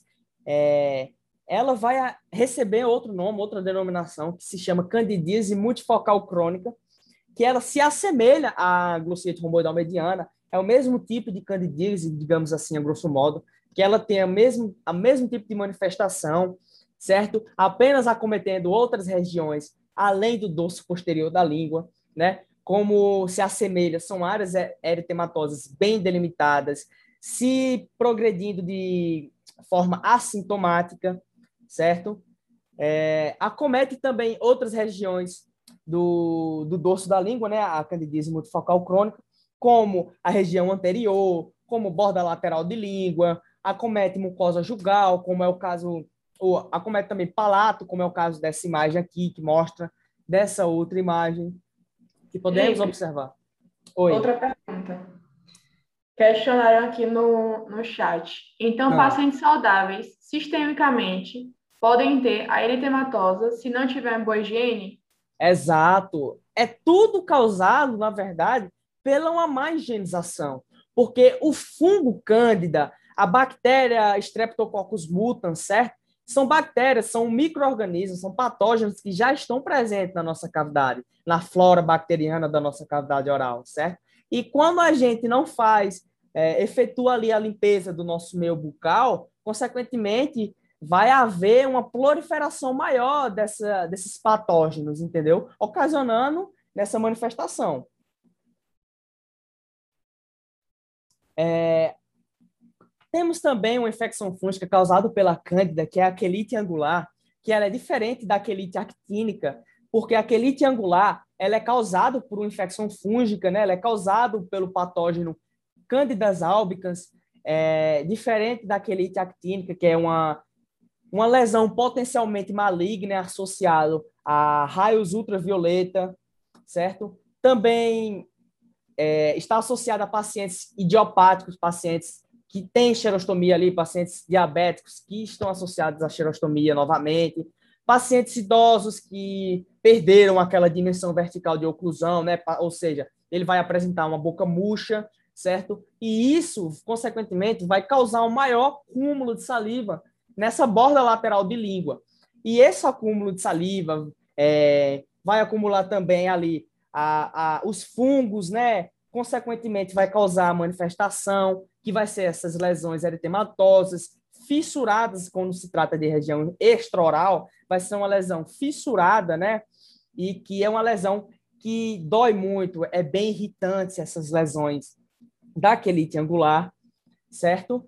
ela vai receber outro nome, outra denominação, que se chama candidíase multifocal crônica, que ela se assemelha à glossite romboidal mediana, é o mesmo tipo de candidíase, digamos assim, a grosso modo, que ela tem o mesmo tipo de manifestação, certo? Apenas acometendo outras regiões, além do dorso posterior da língua, né? Como se assemelha, são áreas eritematosas bem delimitadas, se progredindo de forma assintomática, certo? Acomete também outras regiões do dorso da língua, né? A candidíase multifocal crônica, como a região anterior, como borda lateral de língua, acomete mucosa jugal, como é o caso, ou acomete também palato, como é o caso dessa imagem aqui, que mostra dessa outra imagem, que podemos observar. Oi. Outra pergunta. Questionaram aqui no chat. Então, pacientes saudáveis, sistemicamente, podem ter a eritematosa se não tiver boa higiene? Exato. É tudo causado, na verdade, pela uma má higienização. Porque o fungo cândida, a bactéria Streptococcus mutans, certo? São bactérias, são micro-organismos, são patógenos que já estão presentes na nossa cavidade, na flora bacteriana da nossa cavidade oral, certo? E quando a gente não faz, efetua ali a limpeza do nosso meio bucal, consequentemente, vai haver uma proliferação maior desses patógenos, entendeu? Ocasionando nessa manifestação. Temos também uma infecção fúngica causada pela cândida, que é a quelite angular, que ela é diferente da quelite actínica, porque a quelite angular ela é causada por uma infecção fúngica, né? Ela é causada pelo patógeno Candida albicans, diferente da quelite actínica, que é uma lesão potencialmente maligna associada a raios ultravioleta, certo? Também está associada a pacientes idiopáticos, pacientes que têm xerostomia ali, pacientes diabéticos que estão associados à xerostomia novamente, pacientes idosos que perderam aquela dimensão vertical de oclusão, né? Ou seja, ele vai apresentar uma boca murcha, certo? E isso, consequentemente, vai causar um maior cúmulo de saliva nessa borda lateral de língua. E esse acúmulo de saliva vai acumular também ali os fungos, né? Consequentemente, vai causar a manifestação, que vai ser essas lesões eritematosas, fissuradas, quando se trata de região extraoral, vai ser uma lesão fissurada, né? E que é uma lesão que dói muito, é bem irritante essas lesões da quelite angular, certo?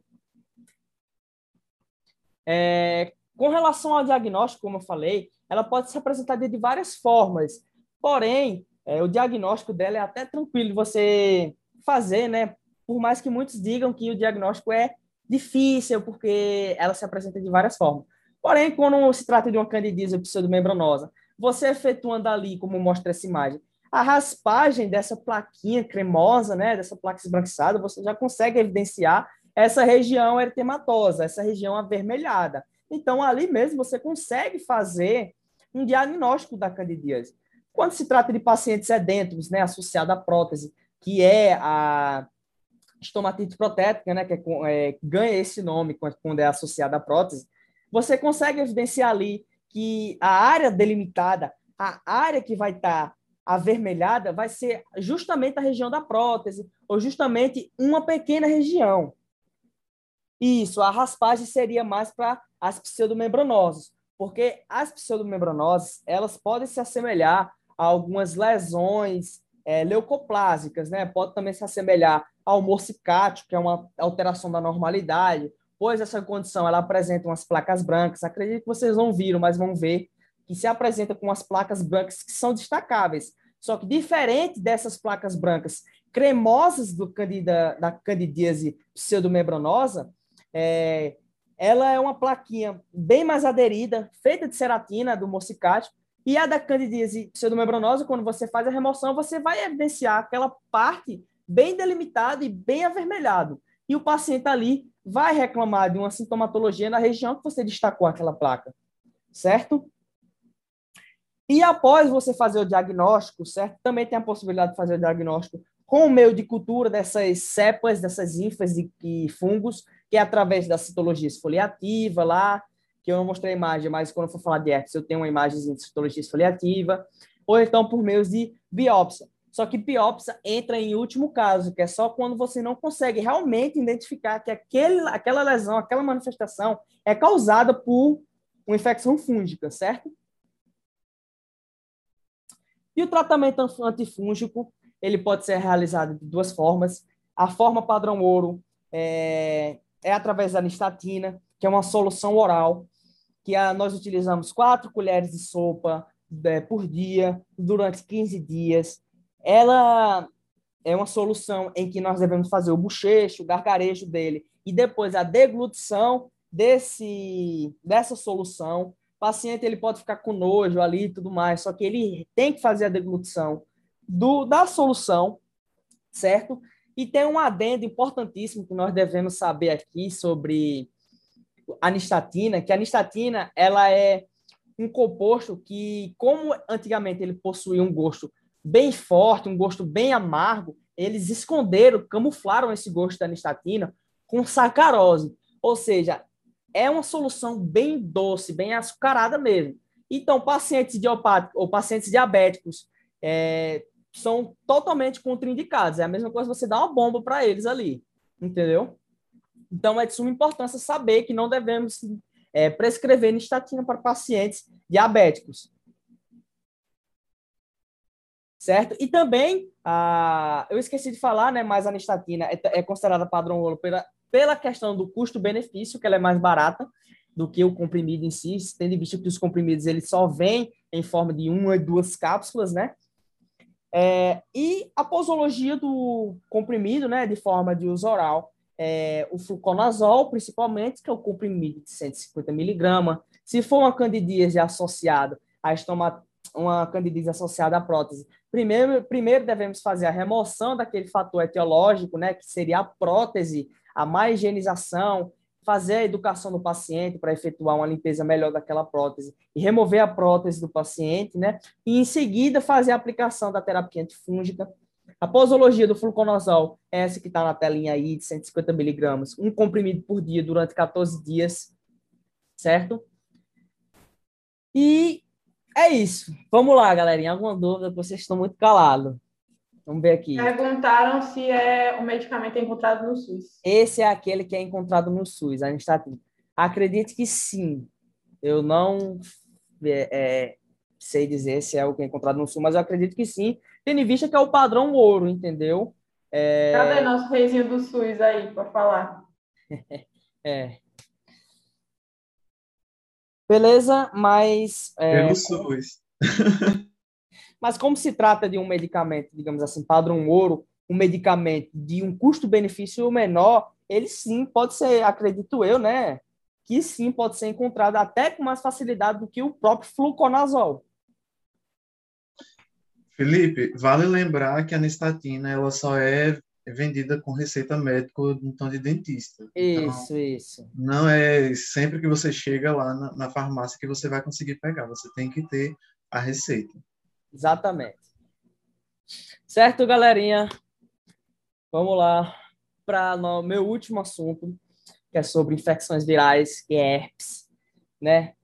Com relação ao diagnóstico, como eu falei, ela pode se apresentar de várias formas, porém, o diagnóstico dela é até tranquilo de você fazer, né? Por mais que muitos digam que o diagnóstico é difícil, porque ela se apresenta de várias formas. Porém, quando se trata de uma candidíase pseudomembranosa, você efetuando ali, como mostra essa imagem, a raspagem dessa plaquinha cremosa, né, dessa placa esbranquiçada, você já consegue evidenciar essa região eritematosa, essa região avermelhada. Então, ali mesmo você consegue fazer um diagnóstico da candidíase. Quando se trata de pacientes sedentos, né, associado à prótese, que é a estomatite protética, né, que ganha esse nome quando é associada à prótese, você consegue evidenciar ali que a área delimitada, a área que vai estar avermelhada, vai ser justamente a região da prótese, ou justamente uma pequena região. Isso, a raspagem seria mais para as pseudomembranosas, porque as pseudomembranosas, elas podem se assemelhar a algumas lesões leucoplásicas, né? Pode também se assemelhar ao morsicátio, que é uma alteração da normalidade, pois essa condição ela apresenta umas placas brancas. Acredito que vocês não viram, mas vão ver que se apresenta com umas placas brancas que são destacáveis. Só que diferente dessas placas brancas cremosas da candidíase pseudomembranosa, ela é uma plaquinha bem mais aderida, feita de ceratina, do morsicátio, e a da candidíase pseudomembranosa, quando você faz a remoção, você vai evidenciar aquela parte bem delimitada e bem avermelhado. E o paciente ali vai reclamar de uma sintomatologia na região que você destacou aquela placa, certo? E após você fazer o diagnóstico, certo? Também tem a possibilidade de fazer o diagnóstico com o meio de cultura dessas cepas, dessas ínfas e fungos, que é através da citologia esfoliativa lá, que eu não mostrei a imagem, mas quando eu for falar de herpes, eu tenho uma imagem de citologia esfoliativa, ou então por meio de biópsia. Só que biópsia entra em último caso, que é só quando você não consegue realmente identificar que aquela lesão, aquela manifestação é causada por uma infecção fúngica, certo? E o tratamento antifúngico, ele pode ser realizado de duas formas. A forma padrão ouro é através da nistatina, que é uma solução oral, que nós utilizamos 4 colheres de sopa por dia, durante 15 dias. Ela é uma solução em que nós devemos fazer o bochecho, o gargarejo dele, e depois a deglutição dessa solução. O paciente ele pode ficar com nojo ali e tudo mais, só que ele tem que fazer a deglutição da solução, certo? E tem um adendo importantíssimo que nós devemos saber aqui sobre a nistatina, que a nistatina ela é um composto que, como antigamente ele possuía um gosto bem forte, um gosto bem amargo, eles esconderam, camuflaram esse gosto da nistatina com sacarose, ou seja, é uma solução bem doce, bem açucarada mesmo. Então, pacientes idiopáticos ou pacientes diabéticos são totalmente contraindicados. É a mesma coisa você dar uma bomba para eles ali, entendeu? Então, é de suma importância saber que não devemos prescrever nistatina para pacientes diabéticos, certo? E também, eu esqueci de falar, né, mas a nistatina é considerada padrão ouro pela questão do custo-benefício, que ela é mais barata, do que o comprimido em si, tendo em vista que os comprimidos eles só vêm em forma de uma e duas cápsulas, né? E a posologia do comprimido, né, de forma de uso oral, o fluconazol, principalmente, que é o comprimido de 150 miligramas. Se for uma candidíase associada, uma candidíase associada à prótese, primeiro devemos fazer a remoção daquele fator etiológico, né, que seria a prótese, a má higienização, fazer a educação do paciente para efetuar uma limpeza melhor daquela prótese e remover a prótese do paciente, né? E em seguida fazer a aplicação da terapia antifúngica. A posologia do fluconazol é essa que está na telinha aí, de 150 miligramas, um comprimido por dia durante 14 dias, certo? E é isso. Vamos lá, galerinha. Alguma dúvida? Vocês estão muito calados. Vamos ver aqui. Perguntaram se o medicamento é encontrado no SUS. Esse é aquele que é encontrado no SUS, a anistatina. Acredite que sim. Eu não sei dizer se é o que é encontrado no SUS, mas eu acredito que sim, tendo em vista que é o padrão ouro, entendeu? Cadê nosso reizinho do SUS aí para falar? Beleza, mas... Pelo SUS. Mas como se trata de um medicamento, digamos assim, padrão ouro, um medicamento de um custo-benefício menor, ele sim pode ser, acredito eu, né? Que sim pode ser encontrado até com mais facilidade do que o próprio fluconazol. Felipe, vale lembrar que a anistatina ela só é vendida com receita médica então de dentista. Então, Isso. não é sempre que você chega lá na farmácia que você vai conseguir pegar. Você tem que ter a receita. Exatamente. Certo, galerinha? Vamos lá para o meu último assunto, que é sobre infecções virais, que é herpes, né?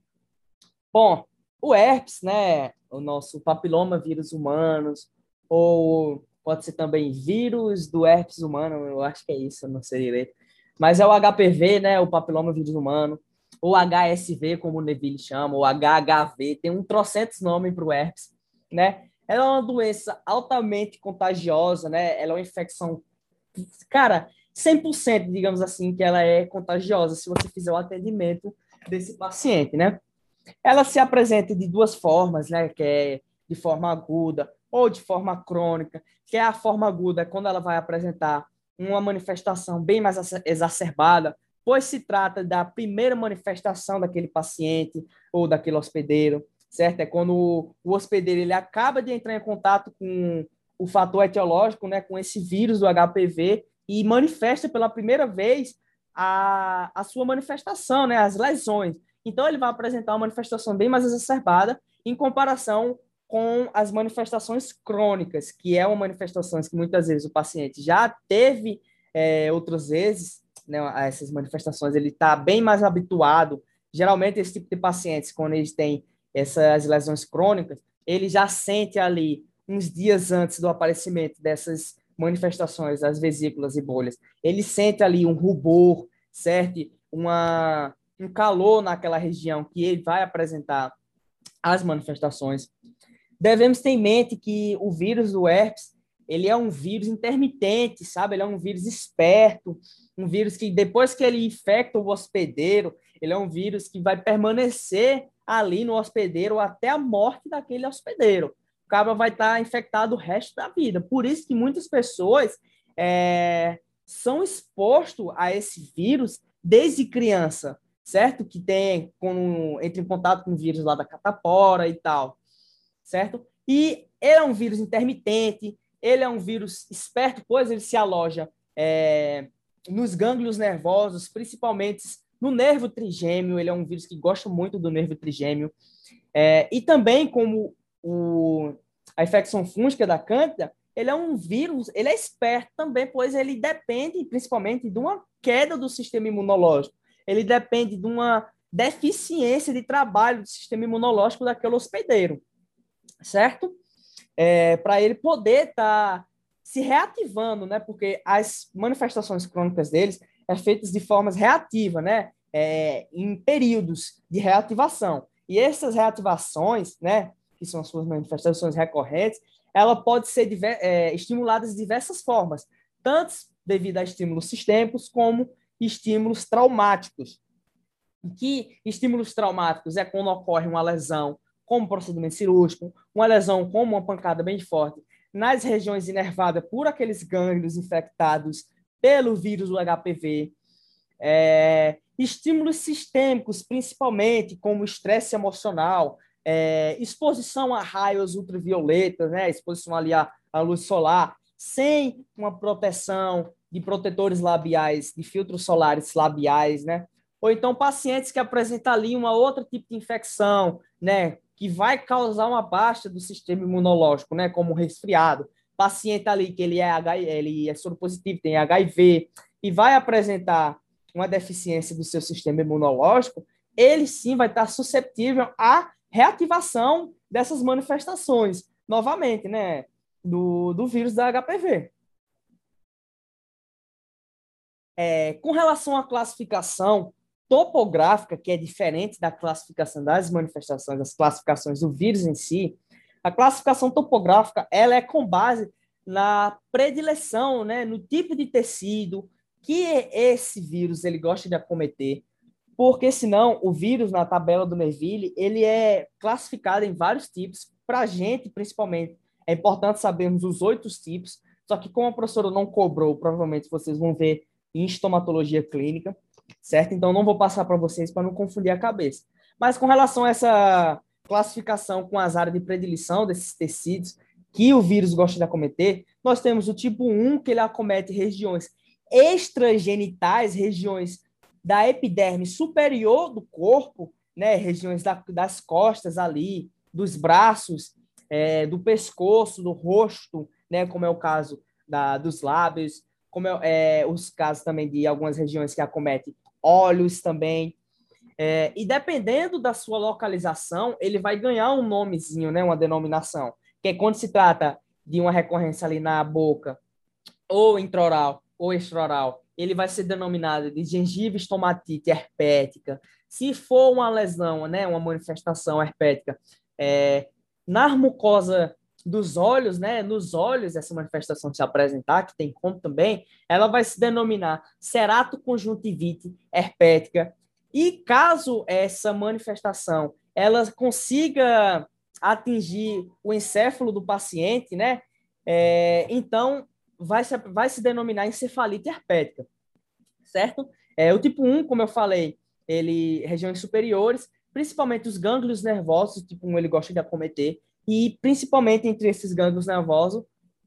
Bom, o herpes, né, o nosso papiloma vírus humanos, ou pode ser também vírus do herpes humano, eu acho que é isso, eu não sei direito. Mas é o HPV, né, o papiloma vírus humano, ou HSV, como o Neville chama, ou HHV, tem um trocentos nomes para o herpes, né? Ela é uma doença altamente contagiosa, né? Ela é uma infecção, cara, 100%, digamos assim, que ela é contagiosa se você fizer o atendimento desse paciente, né? Ela se apresenta de duas formas, né? Que é de forma aguda ou de forma crônica, que é a forma aguda é quando ela vai apresentar uma manifestação bem mais exacerbada, pois se trata da primeira manifestação daquele paciente ou daquele hospedeiro, certo? É quando o hospedeiro ele acaba de entrar em contato com o fator etiológico, né, com esse vírus do HPV e manifesta pela primeira vez a sua manifestação, né, as lesões. Então, ele vai apresentar uma manifestação bem mais exacerbada em comparação com as manifestações crônicas, que é uma manifestação que muitas vezes o paciente já teve outras vezes, né, a essas manifestações, ele está bem mais habituado. Geralmente, esse tipo de pacientes, quando eles têm essas lesões crônicas, ele já sente ali, uns dias antes do aparecimento dessas manifestações, as vesículas e bolhas, ele sente ali um rubor, certo? Um calor naquela região que ele vai apresentar as manifestações. Devemos ter em mente que o vírus do herpes, ele é um vírus intermitente, sabe? Ele é um vírus esperto, um vírus que depois que ele infecta o hospedeiro, ele é um vírus que vai permanecer ali no hospedeiro até a morte daquele hospedeiro. O cabra vai estar infectado o resto da vida. Por isso que muitas pessoas são expostas a esse vírus desde criança, certo? Que entra em contato com o vírus lá da catapora e tal, certo? E ele é um vírus intermitente, ele é um vírus esperto, pois ele se aloja nos gânglios nervosos, principalmente no nervo trigêmeo. Ele é um vírus que gosta muito do nervo trigêmeo. E também, como a infecção fúngica da Cândida, ele é um vírus, ele é esperto também, pois ele depende principalmente de uma queda do sistema imunológico. Ele depende de uma deficiência de trabalho do sistema imunológico daquele hospedeiro, certo? Para ele poder estar se reativando, né? Porque as manifestações crônicas deles é feitas de formas reativas, né? Em períodos de reativação. E essas reativações, né? Que são as suas manifestações recorrentes, ela pode ser estimuladas de diversas formas, tanto devido a estímulos sistêmicos como estímulos traumáticos. que estímulos traumáticos é quando ocorre uma lesão, como procedimento cirúrgico, uma lesão como uma pancada bem forte, nas regiões inervadas por aqueles gânglios infectados pelo vírus do HPV. Estímulos sistêmicos, principalmente, como estresse emocional, exposição a raios ultravioletas, né? Exposição ali à luz solar, sem uma proteção de protetores labiais, de filtros solares labiais, né? Ou então pacientes que apresentam ali uma outra tipo de infecção, né? Que vai causar uma baixa do sistema imunológico, né? Como resfriado. Paciente ali que ele é soropositivo, tem HIV, e vai apresentar uma deficiência do seu sistema imunológico, ele sim vai estar suscetível à reativação dessas manifestações, novamente, né? Do vírus da HPV. Com relação à classificação topográfica, que é diferente da classificação das manifestações, das classificações do vírus em si, a classificação topográfica ela é com base na predileção, né, no tipo de tecido que esse vírus ele gosta de acometer, porque senão o vírus na tabela do Neville ele é classificado em vários tipos. Para a gente, principalmente, é importante sabermos os 8 tipos, só que como a professora não cobrou, provavelmente vocês vão ver em estomatologia clínica, certo? Então, não vou passar para vocês para não confundir a cabeça. Mas com relação a essa classificação com as áreas de predileção desses tecidos que o vírus gosta de acometer, nós temos o tipo 1, que ele acomete regiões extragenitais, regiões da epiderme superior do corpo, né, regiões das costas ali, dos braços, do pescoço, do rosto, né, como é o caso dos lábios, como os casos também de algumas regiões que acometem olhos também. E dependendo da sua localização, ele vai ganhar um nomezinho, né, uma denominação, que é quando se trata de uma recorrência ali na boca, ou intraoral, ou extraoral, ele vai ser denominado de gengiva estomatite herpética. Se for uma lesão, né, uma manifestação herpética, na mucosa dos olhos, né, nos olhos, essa manifestação se apresentar, que tem como também, ela vai se denominar ceratoconjuntivite herpética. E caso essa manifestação ela consiga atingir o encéfalo do paciente, né, então vai se denominar encefalite herpética, certo? O tipo 1, como eu falei, regiões superiores, principalmente os gânglios nervosos, o tipo 1 ele gosta de acometer, e principalmente entre esses gânglios nervosos,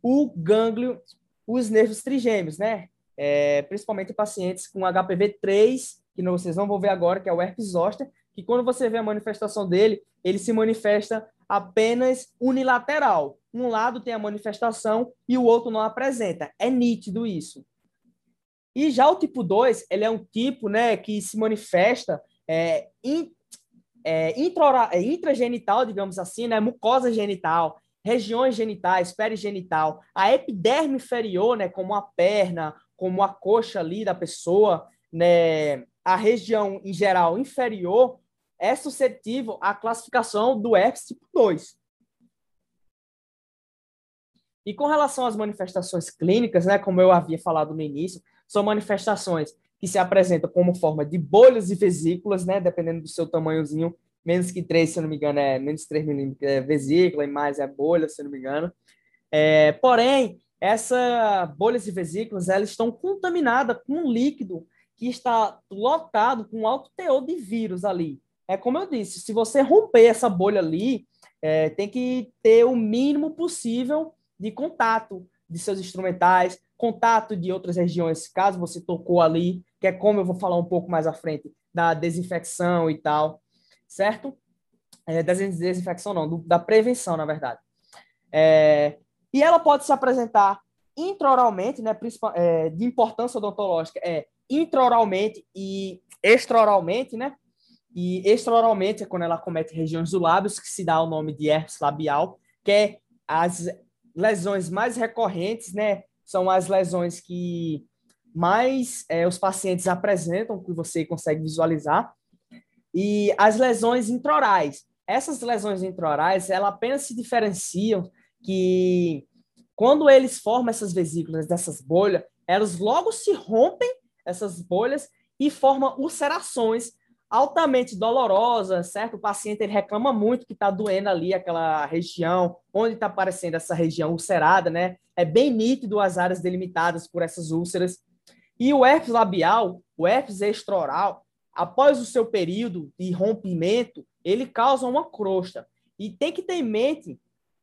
os nervos trigêmeos, né? Principalmente pacientes com HPV-3, que vocês não vão ver agora, que é o herpes zoster, que quando você vê a manifestação dele, ele se manifesta apenas unilateral. Um lado tem a manifestação e o outro não apresenta. É nítido isso. E já o tipo 2, ele é um tipo, né, que se manifesta intragenital, digamos assim, né, mucosa genital, regiões genitais, perigenital, a epiderme inferior, né, como a perna, como a coxa ali da pessoa, né, a região, em geral, inferior, é suscetível à classificação do herpes tipo 2. E com relação às manifestações clínicas, né, como eu havia falado no início, são manifestações que se apresentam como forma de bolhas e vesículas, né, dependendo do seu tamanhozinho, menos que 3, se eu não me engano, menos 3 milímetros é vesícula, e mais é bolha, se eu não me engano. Porém, essas bolhas e vesículas, elas estão contaminadas com um líquido que está lotado com alto teor de vírus ali. Como eu disse, se você romper essa bolha ali, tem que ter o mínimo possível de contato de seus instrumentais, contato de outras regiões, caso você tocou ali, que é como eu vou falar um pouco mais à frente, da desinfecção e tal, certo? Desinfecção não, da prevenção, na verdade. E ela pode se apresentar intraoralmente, né, de importância odontológica, intraoralmente e extraoralmente, né? E extraoralmente é quando ela acomete regiões do lábios, que se dá o nome de herpes labial, que é as lesões mais recorrentes, né? São as lesões que mais os pacientes apresentam, que você consegue visualizar. E as lesões intraorais. Essas lesões intraorais, elas apenas se diferenciam que quando eles formam essas vesículas dessas bolhas, elas logo se rompem, essas bolhas, e formam ulcerações altamente dolorosa, certo? O paciente ele reclama muito que está doendo ali aquela região, onde está aparecendo essa região ulcerada, né? É bem nítido as áreas delimitadas por essas úlceras. E o herpes labial, o herpes extraoral, após o seu período de rompimento, ele causa uma crosta. E tem que ter em mente,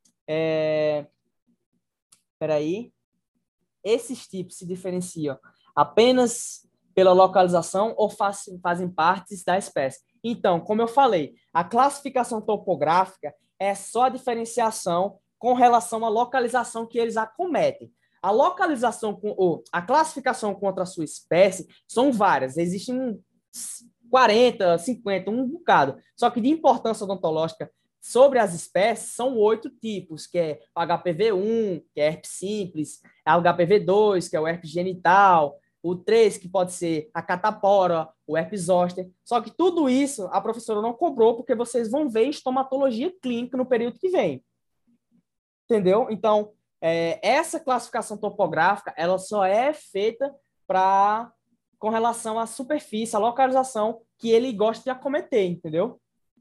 esses tipos se diferenciam apenas pela localização ou fazem parte da espécie. Então, como eu falei, a classificação topográfica é só a diferenciação com relação à localização que eles acometem. A localização ou a classificação contra a sua espécie são várias. Existem 40, 50, um bocado. Só que de importância odontológica sobre as espécies são 8 tipos, que é o HPV1, que é herpes simples, o HPV2, que é o herpes genital, o 3, que pode ser a catapora, o herpes zoster. Só que tudo isso a professora não cobrou, porque vocês vão ver em estomatologia clínica no período que vem. Entendeu? Então, essa classificação topográfica, ela só é feita com relação à superfície, à localização que ele gosta de acometer, entendeu?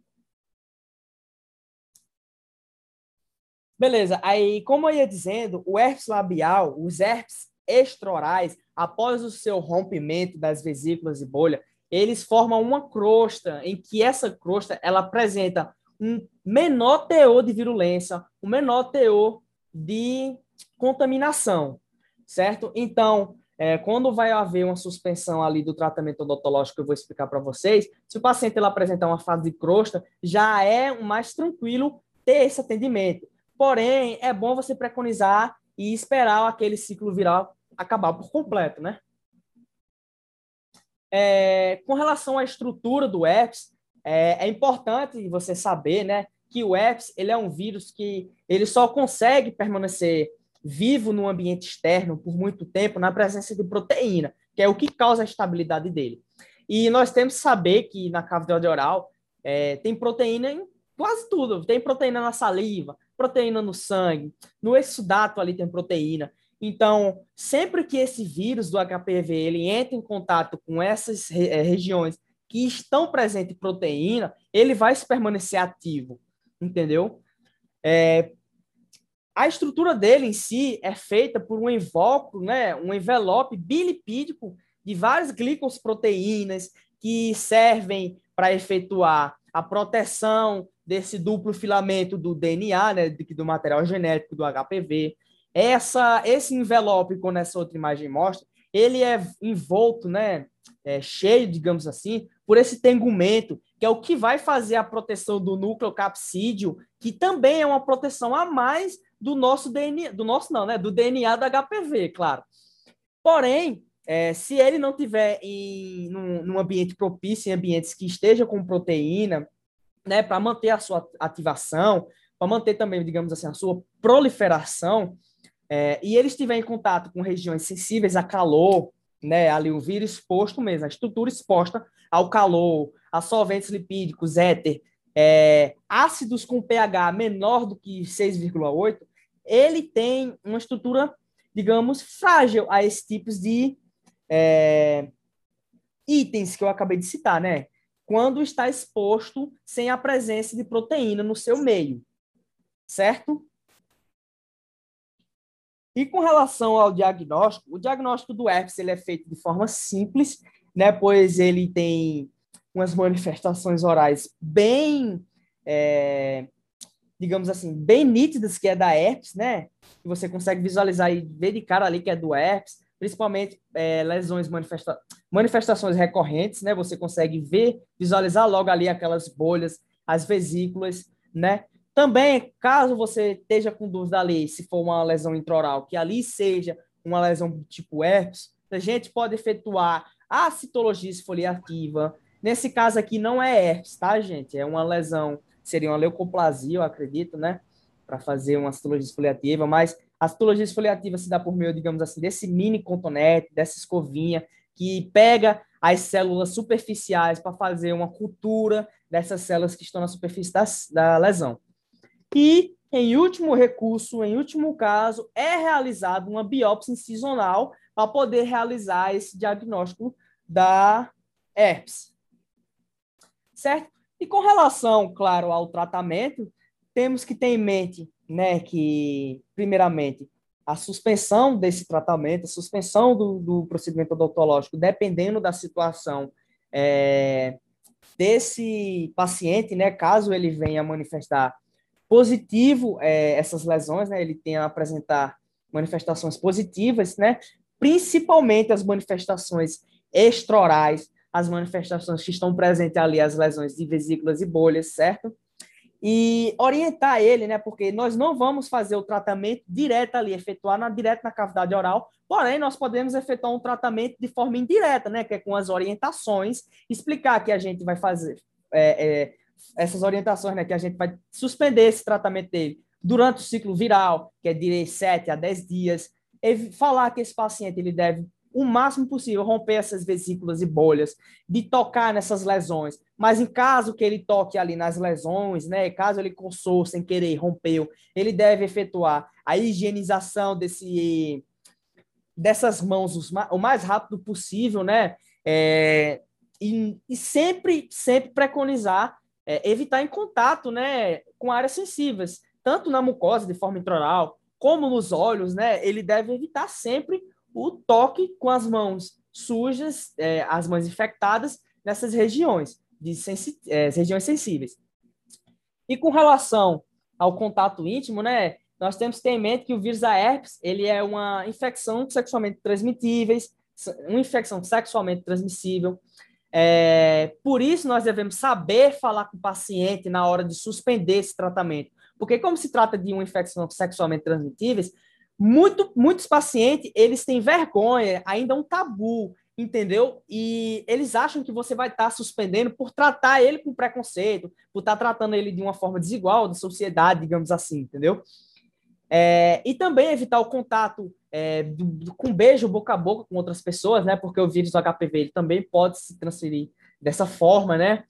Beleza, aí, como eu ia dizendo, o herpes labial, os herpes extraorais, após o seu rompimento das vesículas e bolha, eles formam uma crosta, em que essa crosta, ela apresenta um menor teor de virulência, um menor teor de contaminação, certo? Então, quando vai haver uma suspensão ali do tratamento odontológico que eu vou explicar para vocês, se o paciente ele apresentar uma fase de crosta, já é mais tranquilo ter esse atendimento. Porém, é bom você preconizar e esperar aquele ciclo viral acabar por completo, né? Com relação à estrutura do herpes, é importante você saber, né, que o herpes ele é um vírus que ele só consegue permanecer vivo no ambiente externo por muito tempo na presença de proteína, que é o que causa a estabilidade dele. E nós temos que saber que na cavidade oral tem proteína em quase tudo. Tem proteína na saliva, proteína no sangue, no exudato ali tem proteína. Então, sempre que esse vírus do HPV ele entra em contato com essas regiões que estão presentes em proteína, ele vai se permanecer ativo, entendeu? A estrutura dele em si é feita por um invólucro, né, um envelope bilipídico de várias glicoproteínas que servem para efetuar a proteção desse duplo filamento do DNA, né, do material genético do HPV. Esse envelope, quando essa outra imagem mostra, ele é envolto, né, cheio, digamos assim, por esse tegumento, que é o que vai fazer a proteção do núcleo capsídeo, que também é uma proteção a mais do nosso DNA, do DNA do HPV, claro. Porém, se ele não tiver num ambiente propício, em ambientes que esteja com proteína, né, para manter a sua ativação, para manter também, digamos assim, a sua proliferação, e ele estiver em contato com regiões sensíveis a calor, né, ali o vírus exposto mesmo, a estrutura exposta ao calor, a solventes lipídicos, éter, ácidos com pH menor do que 6,8, ele tem uma estrutura, digamos, frágil a esses tipos de itens que eu acabei de citar, né? Quando está exposto sem a presença de proteína no seu meio, certo? E com relação ao diagnóstico, o diagnóstico do herpes ele é feito de forma simples, né? Pois ele tem umas manifestações orais bem, digamos assim, bem nítidas, que é da herpes, né? Que você consegue visualizar e ver de cara ali que é do herpes, principalmente lesões, manifestações recorrentes, né? Você consegue ver, visualizar logo ali aquelas bolhas, as vesículas, né? Também, caso você esteja com dúvida ali, se for uma lesão intraoral, que ali seja uma lesão do tipo herpes, a gente pode efetuar a citologia esfoliativa. Nesse caso aqui não é herpes, tá, gente? É uma lesão, seria uma leucoplasia, eu acredito, né? Para fazer uma citologia esfoliativa, mas a citologia esfoliativa se dá por meio, digamos assim, desse mini cotonete, dessa escovinha, que pega as células superficiais para fazer uma cultura dessas células que estão na superfície da lesão. E, em último recurso, em último caso, é realizada uma biópsia incisional para poder realizar esse diagnóstico da herpes. certo? E com relação, claro, ao tratamento, temos que ter em mente, né, que, primeiramente, a suspensão desse tratamento, a suspensão do procedimento odontológico, dependendo da situação desse paciente, né, caso ele venha manifestar positivo essas lesões, né, ele tenha a apresentar manifestações positivas, né, principalmente as manifestações extraorais, as manifestações que estão presentes ali, as lesões de vesículas e bolhas, certo? E orientar ele, né? Porque nós não vamos fazer o tratamento direto ali, direto na cavidade oral, porém, nós podemos efetuar um tratamento de forma indireta, né? Que é com as orientações, explicar que a gente vai fazer essas orientações, né? Que a gente vai suspender esse tratamento dele durante o ciclo viral, que é de 7 a 10 dias, e falar que esse paciente ele deve o máximo possível romper essas vesículas e bolhas, de tocar nessas lesões, mas em caso que ele toque ali nas lesões, né, caso ele coçou sem querer, rompeu, ele deve efetuar a higienização dessas mãos o mais rápido possível, né, e sempre preconizar evitar em contato, né, com áreas sensíveis, tanto na mucosa de forma intraoral, como nos olhos, né, ele deve evitar sempre o toque com as mãos sujas, as mãos infectadas nessas regiões, regiões sensíveis. E com relação ao contato íntimo, né, nós temos que ter em mente que o vírus da herpes, ele é uma infecção sexualmente transmissível. Por isso, nós devemos saber falar com o paciente na hora de suspender esse tratamento. Porque como se trata de uma infecção sexualmente transmitível, muitos pacientes, eles têm vergonha, ainda é um tabu, entendeu? E eles acham que você vai estar suspendendo por tratar ele com preconceito, por estar tratando ele de uma forma desigual da sociedade, digamos assim, entendeu? E também evitar o contato com beijo boca a boca com outras pessoas, né? Porque o vírus do HPV ele também pode se transferir dessa forma, né?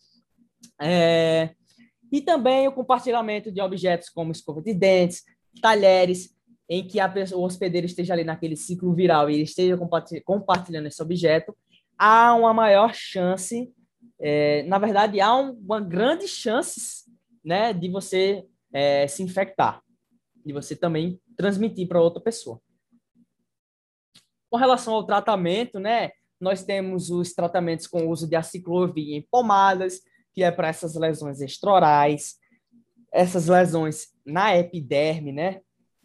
E também o compartilhamento de objetos como escova de dentes, talheres, em que o hospedeiro esteja ali naquele ciclo viral e ele esteja compartilhando esse objeto, há uma maior chance, na verdade, há uma grande chance, né, de você se infectar, de você também transmitir para outra pessoa. Com relação ao tratamento, né, nós temos os tratamentos com o uso de aciclovir em pomadas, que é para essas lesões extraorais, essas lesões na epiderme, né?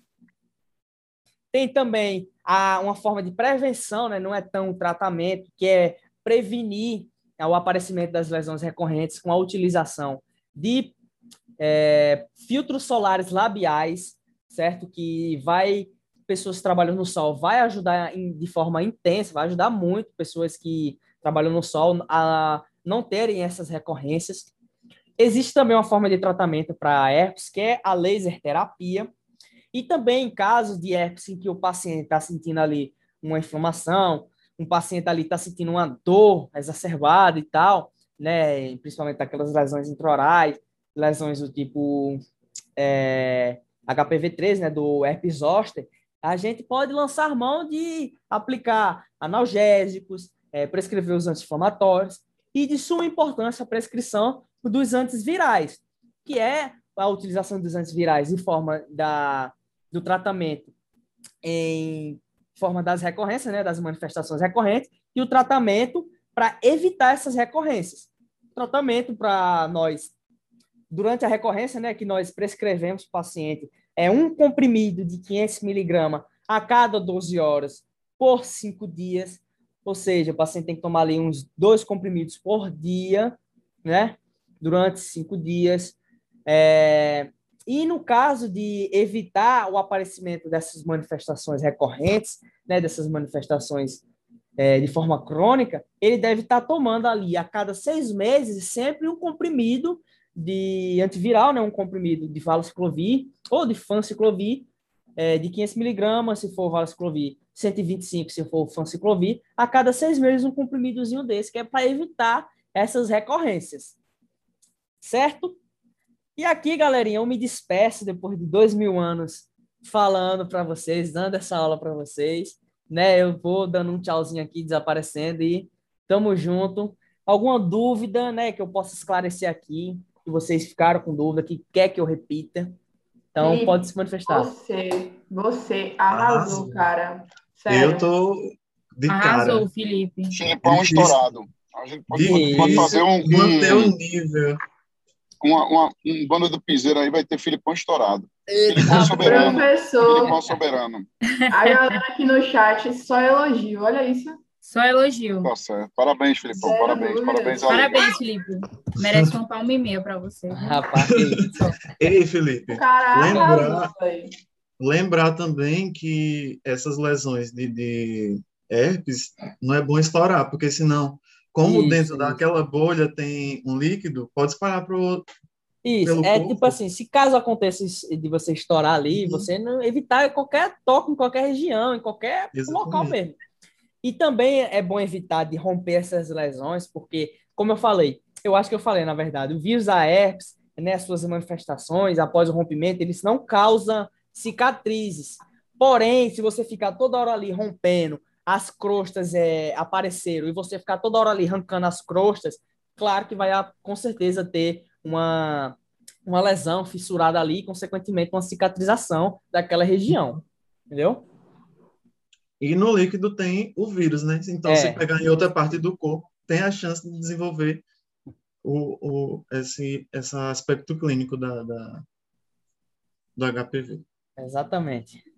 Tem também uma forma de prevenção, né? Não é tão tratamento, que é prevenir o aparecimento das lesões recorrentes com a utilização de filtros solares labiais, certo? Que pessoas que trabalham no sol, vai ajudar de forma intensa, vai ajudar muito pessoas que trabalham no sol a não terem essas recorrências. Existe também uma forma de tratamento para herpes, que é a laser terapia. E também em casos de herpes em que o paciente está sentindo ali uma inflamação, um paciente ali está sentindo uma dor exacerbada e tal, né? Principalmente aquelas lesões intraorais, lesões do tipo HPV-13, né? Do herpes zoster, a gente pode lançar mão de aplicar analgésicos, prescrever os anti-inflamatórios e de suma importância a prescrição dos antivirais, que é a utilização dos antivirais em forma do tratamento em forma das recorrências, né, das manifestações recorrentes, e o tratamento para evitar essas recorrências. O tratamento para nós, durante a recorrência, né, que nós prescrevemos para o paciente, é um comprimido de 500 miligramas a cada 12 horas por 5 dias, ou seja, o paciente tem que tomar ali uns 2 comprimidos por dia, né, durante 5 dias. E no caso de evitar o aparecimento dessas manifestações recorrentes, né, dessas manifestações de forma crônica, ele deve estar tomando ali a cada 6 meses sempre um comprimido de antiviral, né, um comprimido de valaciclovir ou de fanciclovir, de 500 miligramas, se for valaciclovir, 125 se for fanciclovir, a cada 6 meses um comprimidozinho desse, que é para evitar essas recorrências. Certo? E aqui, galerinha, eu me despeço depois de 2000 anos falando para vocês, dando essa aula para vocês, né? Eu vou dando um tchauzinho aqui, desaparecendo e tamo junto. alguma dúvida, né, que eu possa esclarecer aqui, que vocês ficaram com dúvida, que quer que eu repita. Então, pode Felipe, se manifestar. você arrasou, Arrasou. cara. Eu Sério. tô de cara. Arrasou, Felipe. Filipão Difícil, estourado. A gente pode fazer difícil manter o nível. um bando do piseiro aí, vai ter Filipão estourado. Eita, Filipão soberano. Professor, Filipão soberano. a galera aqui no chat só elogio, olha isso. Só elogio. Tá certo. Parabéns, Filipão. Zero Parabéns. dúvidas. Parabéns, Ale. Parabéns, Felipe. Merece uma palma e meia pra você. rapaz, que isso. Ei, Felipe, O cara lembrar, arrasou, velho. lembrar também que essas lesões de herpes não é bom estourar, porque senão, como Isso, dentro isso. daquela bolha tem um líquido, pode espalhar Isso, pelo é corpo. tipo assim, se caso aconteça de você estourar ali, você não evitar qualquer toque em qualquer região, em qualquer local Exatamente. mesmo. E também é bom evitar de romper essas lesões, porque, como eu falei, eu acho que eu falei, na verdade, o vírus da herpes, né, suas manifestações após o rompimento, eles não causam cicatrizes. Porém, se você ficar toda hora ali rompendo, as crostas apareceram, e você ficar toda hora ali arrancando as crostas, claro que vai, com certeza, ter uma lesão fissurada ali, e, consequentemente, uma cicatrização daquela região. Entendeu? E no líquido tem o vírus, né? Então, se pegar em outra parte do corpo, tem a chance de desenvolver esse aspecto clínico do HPV. Exatamente.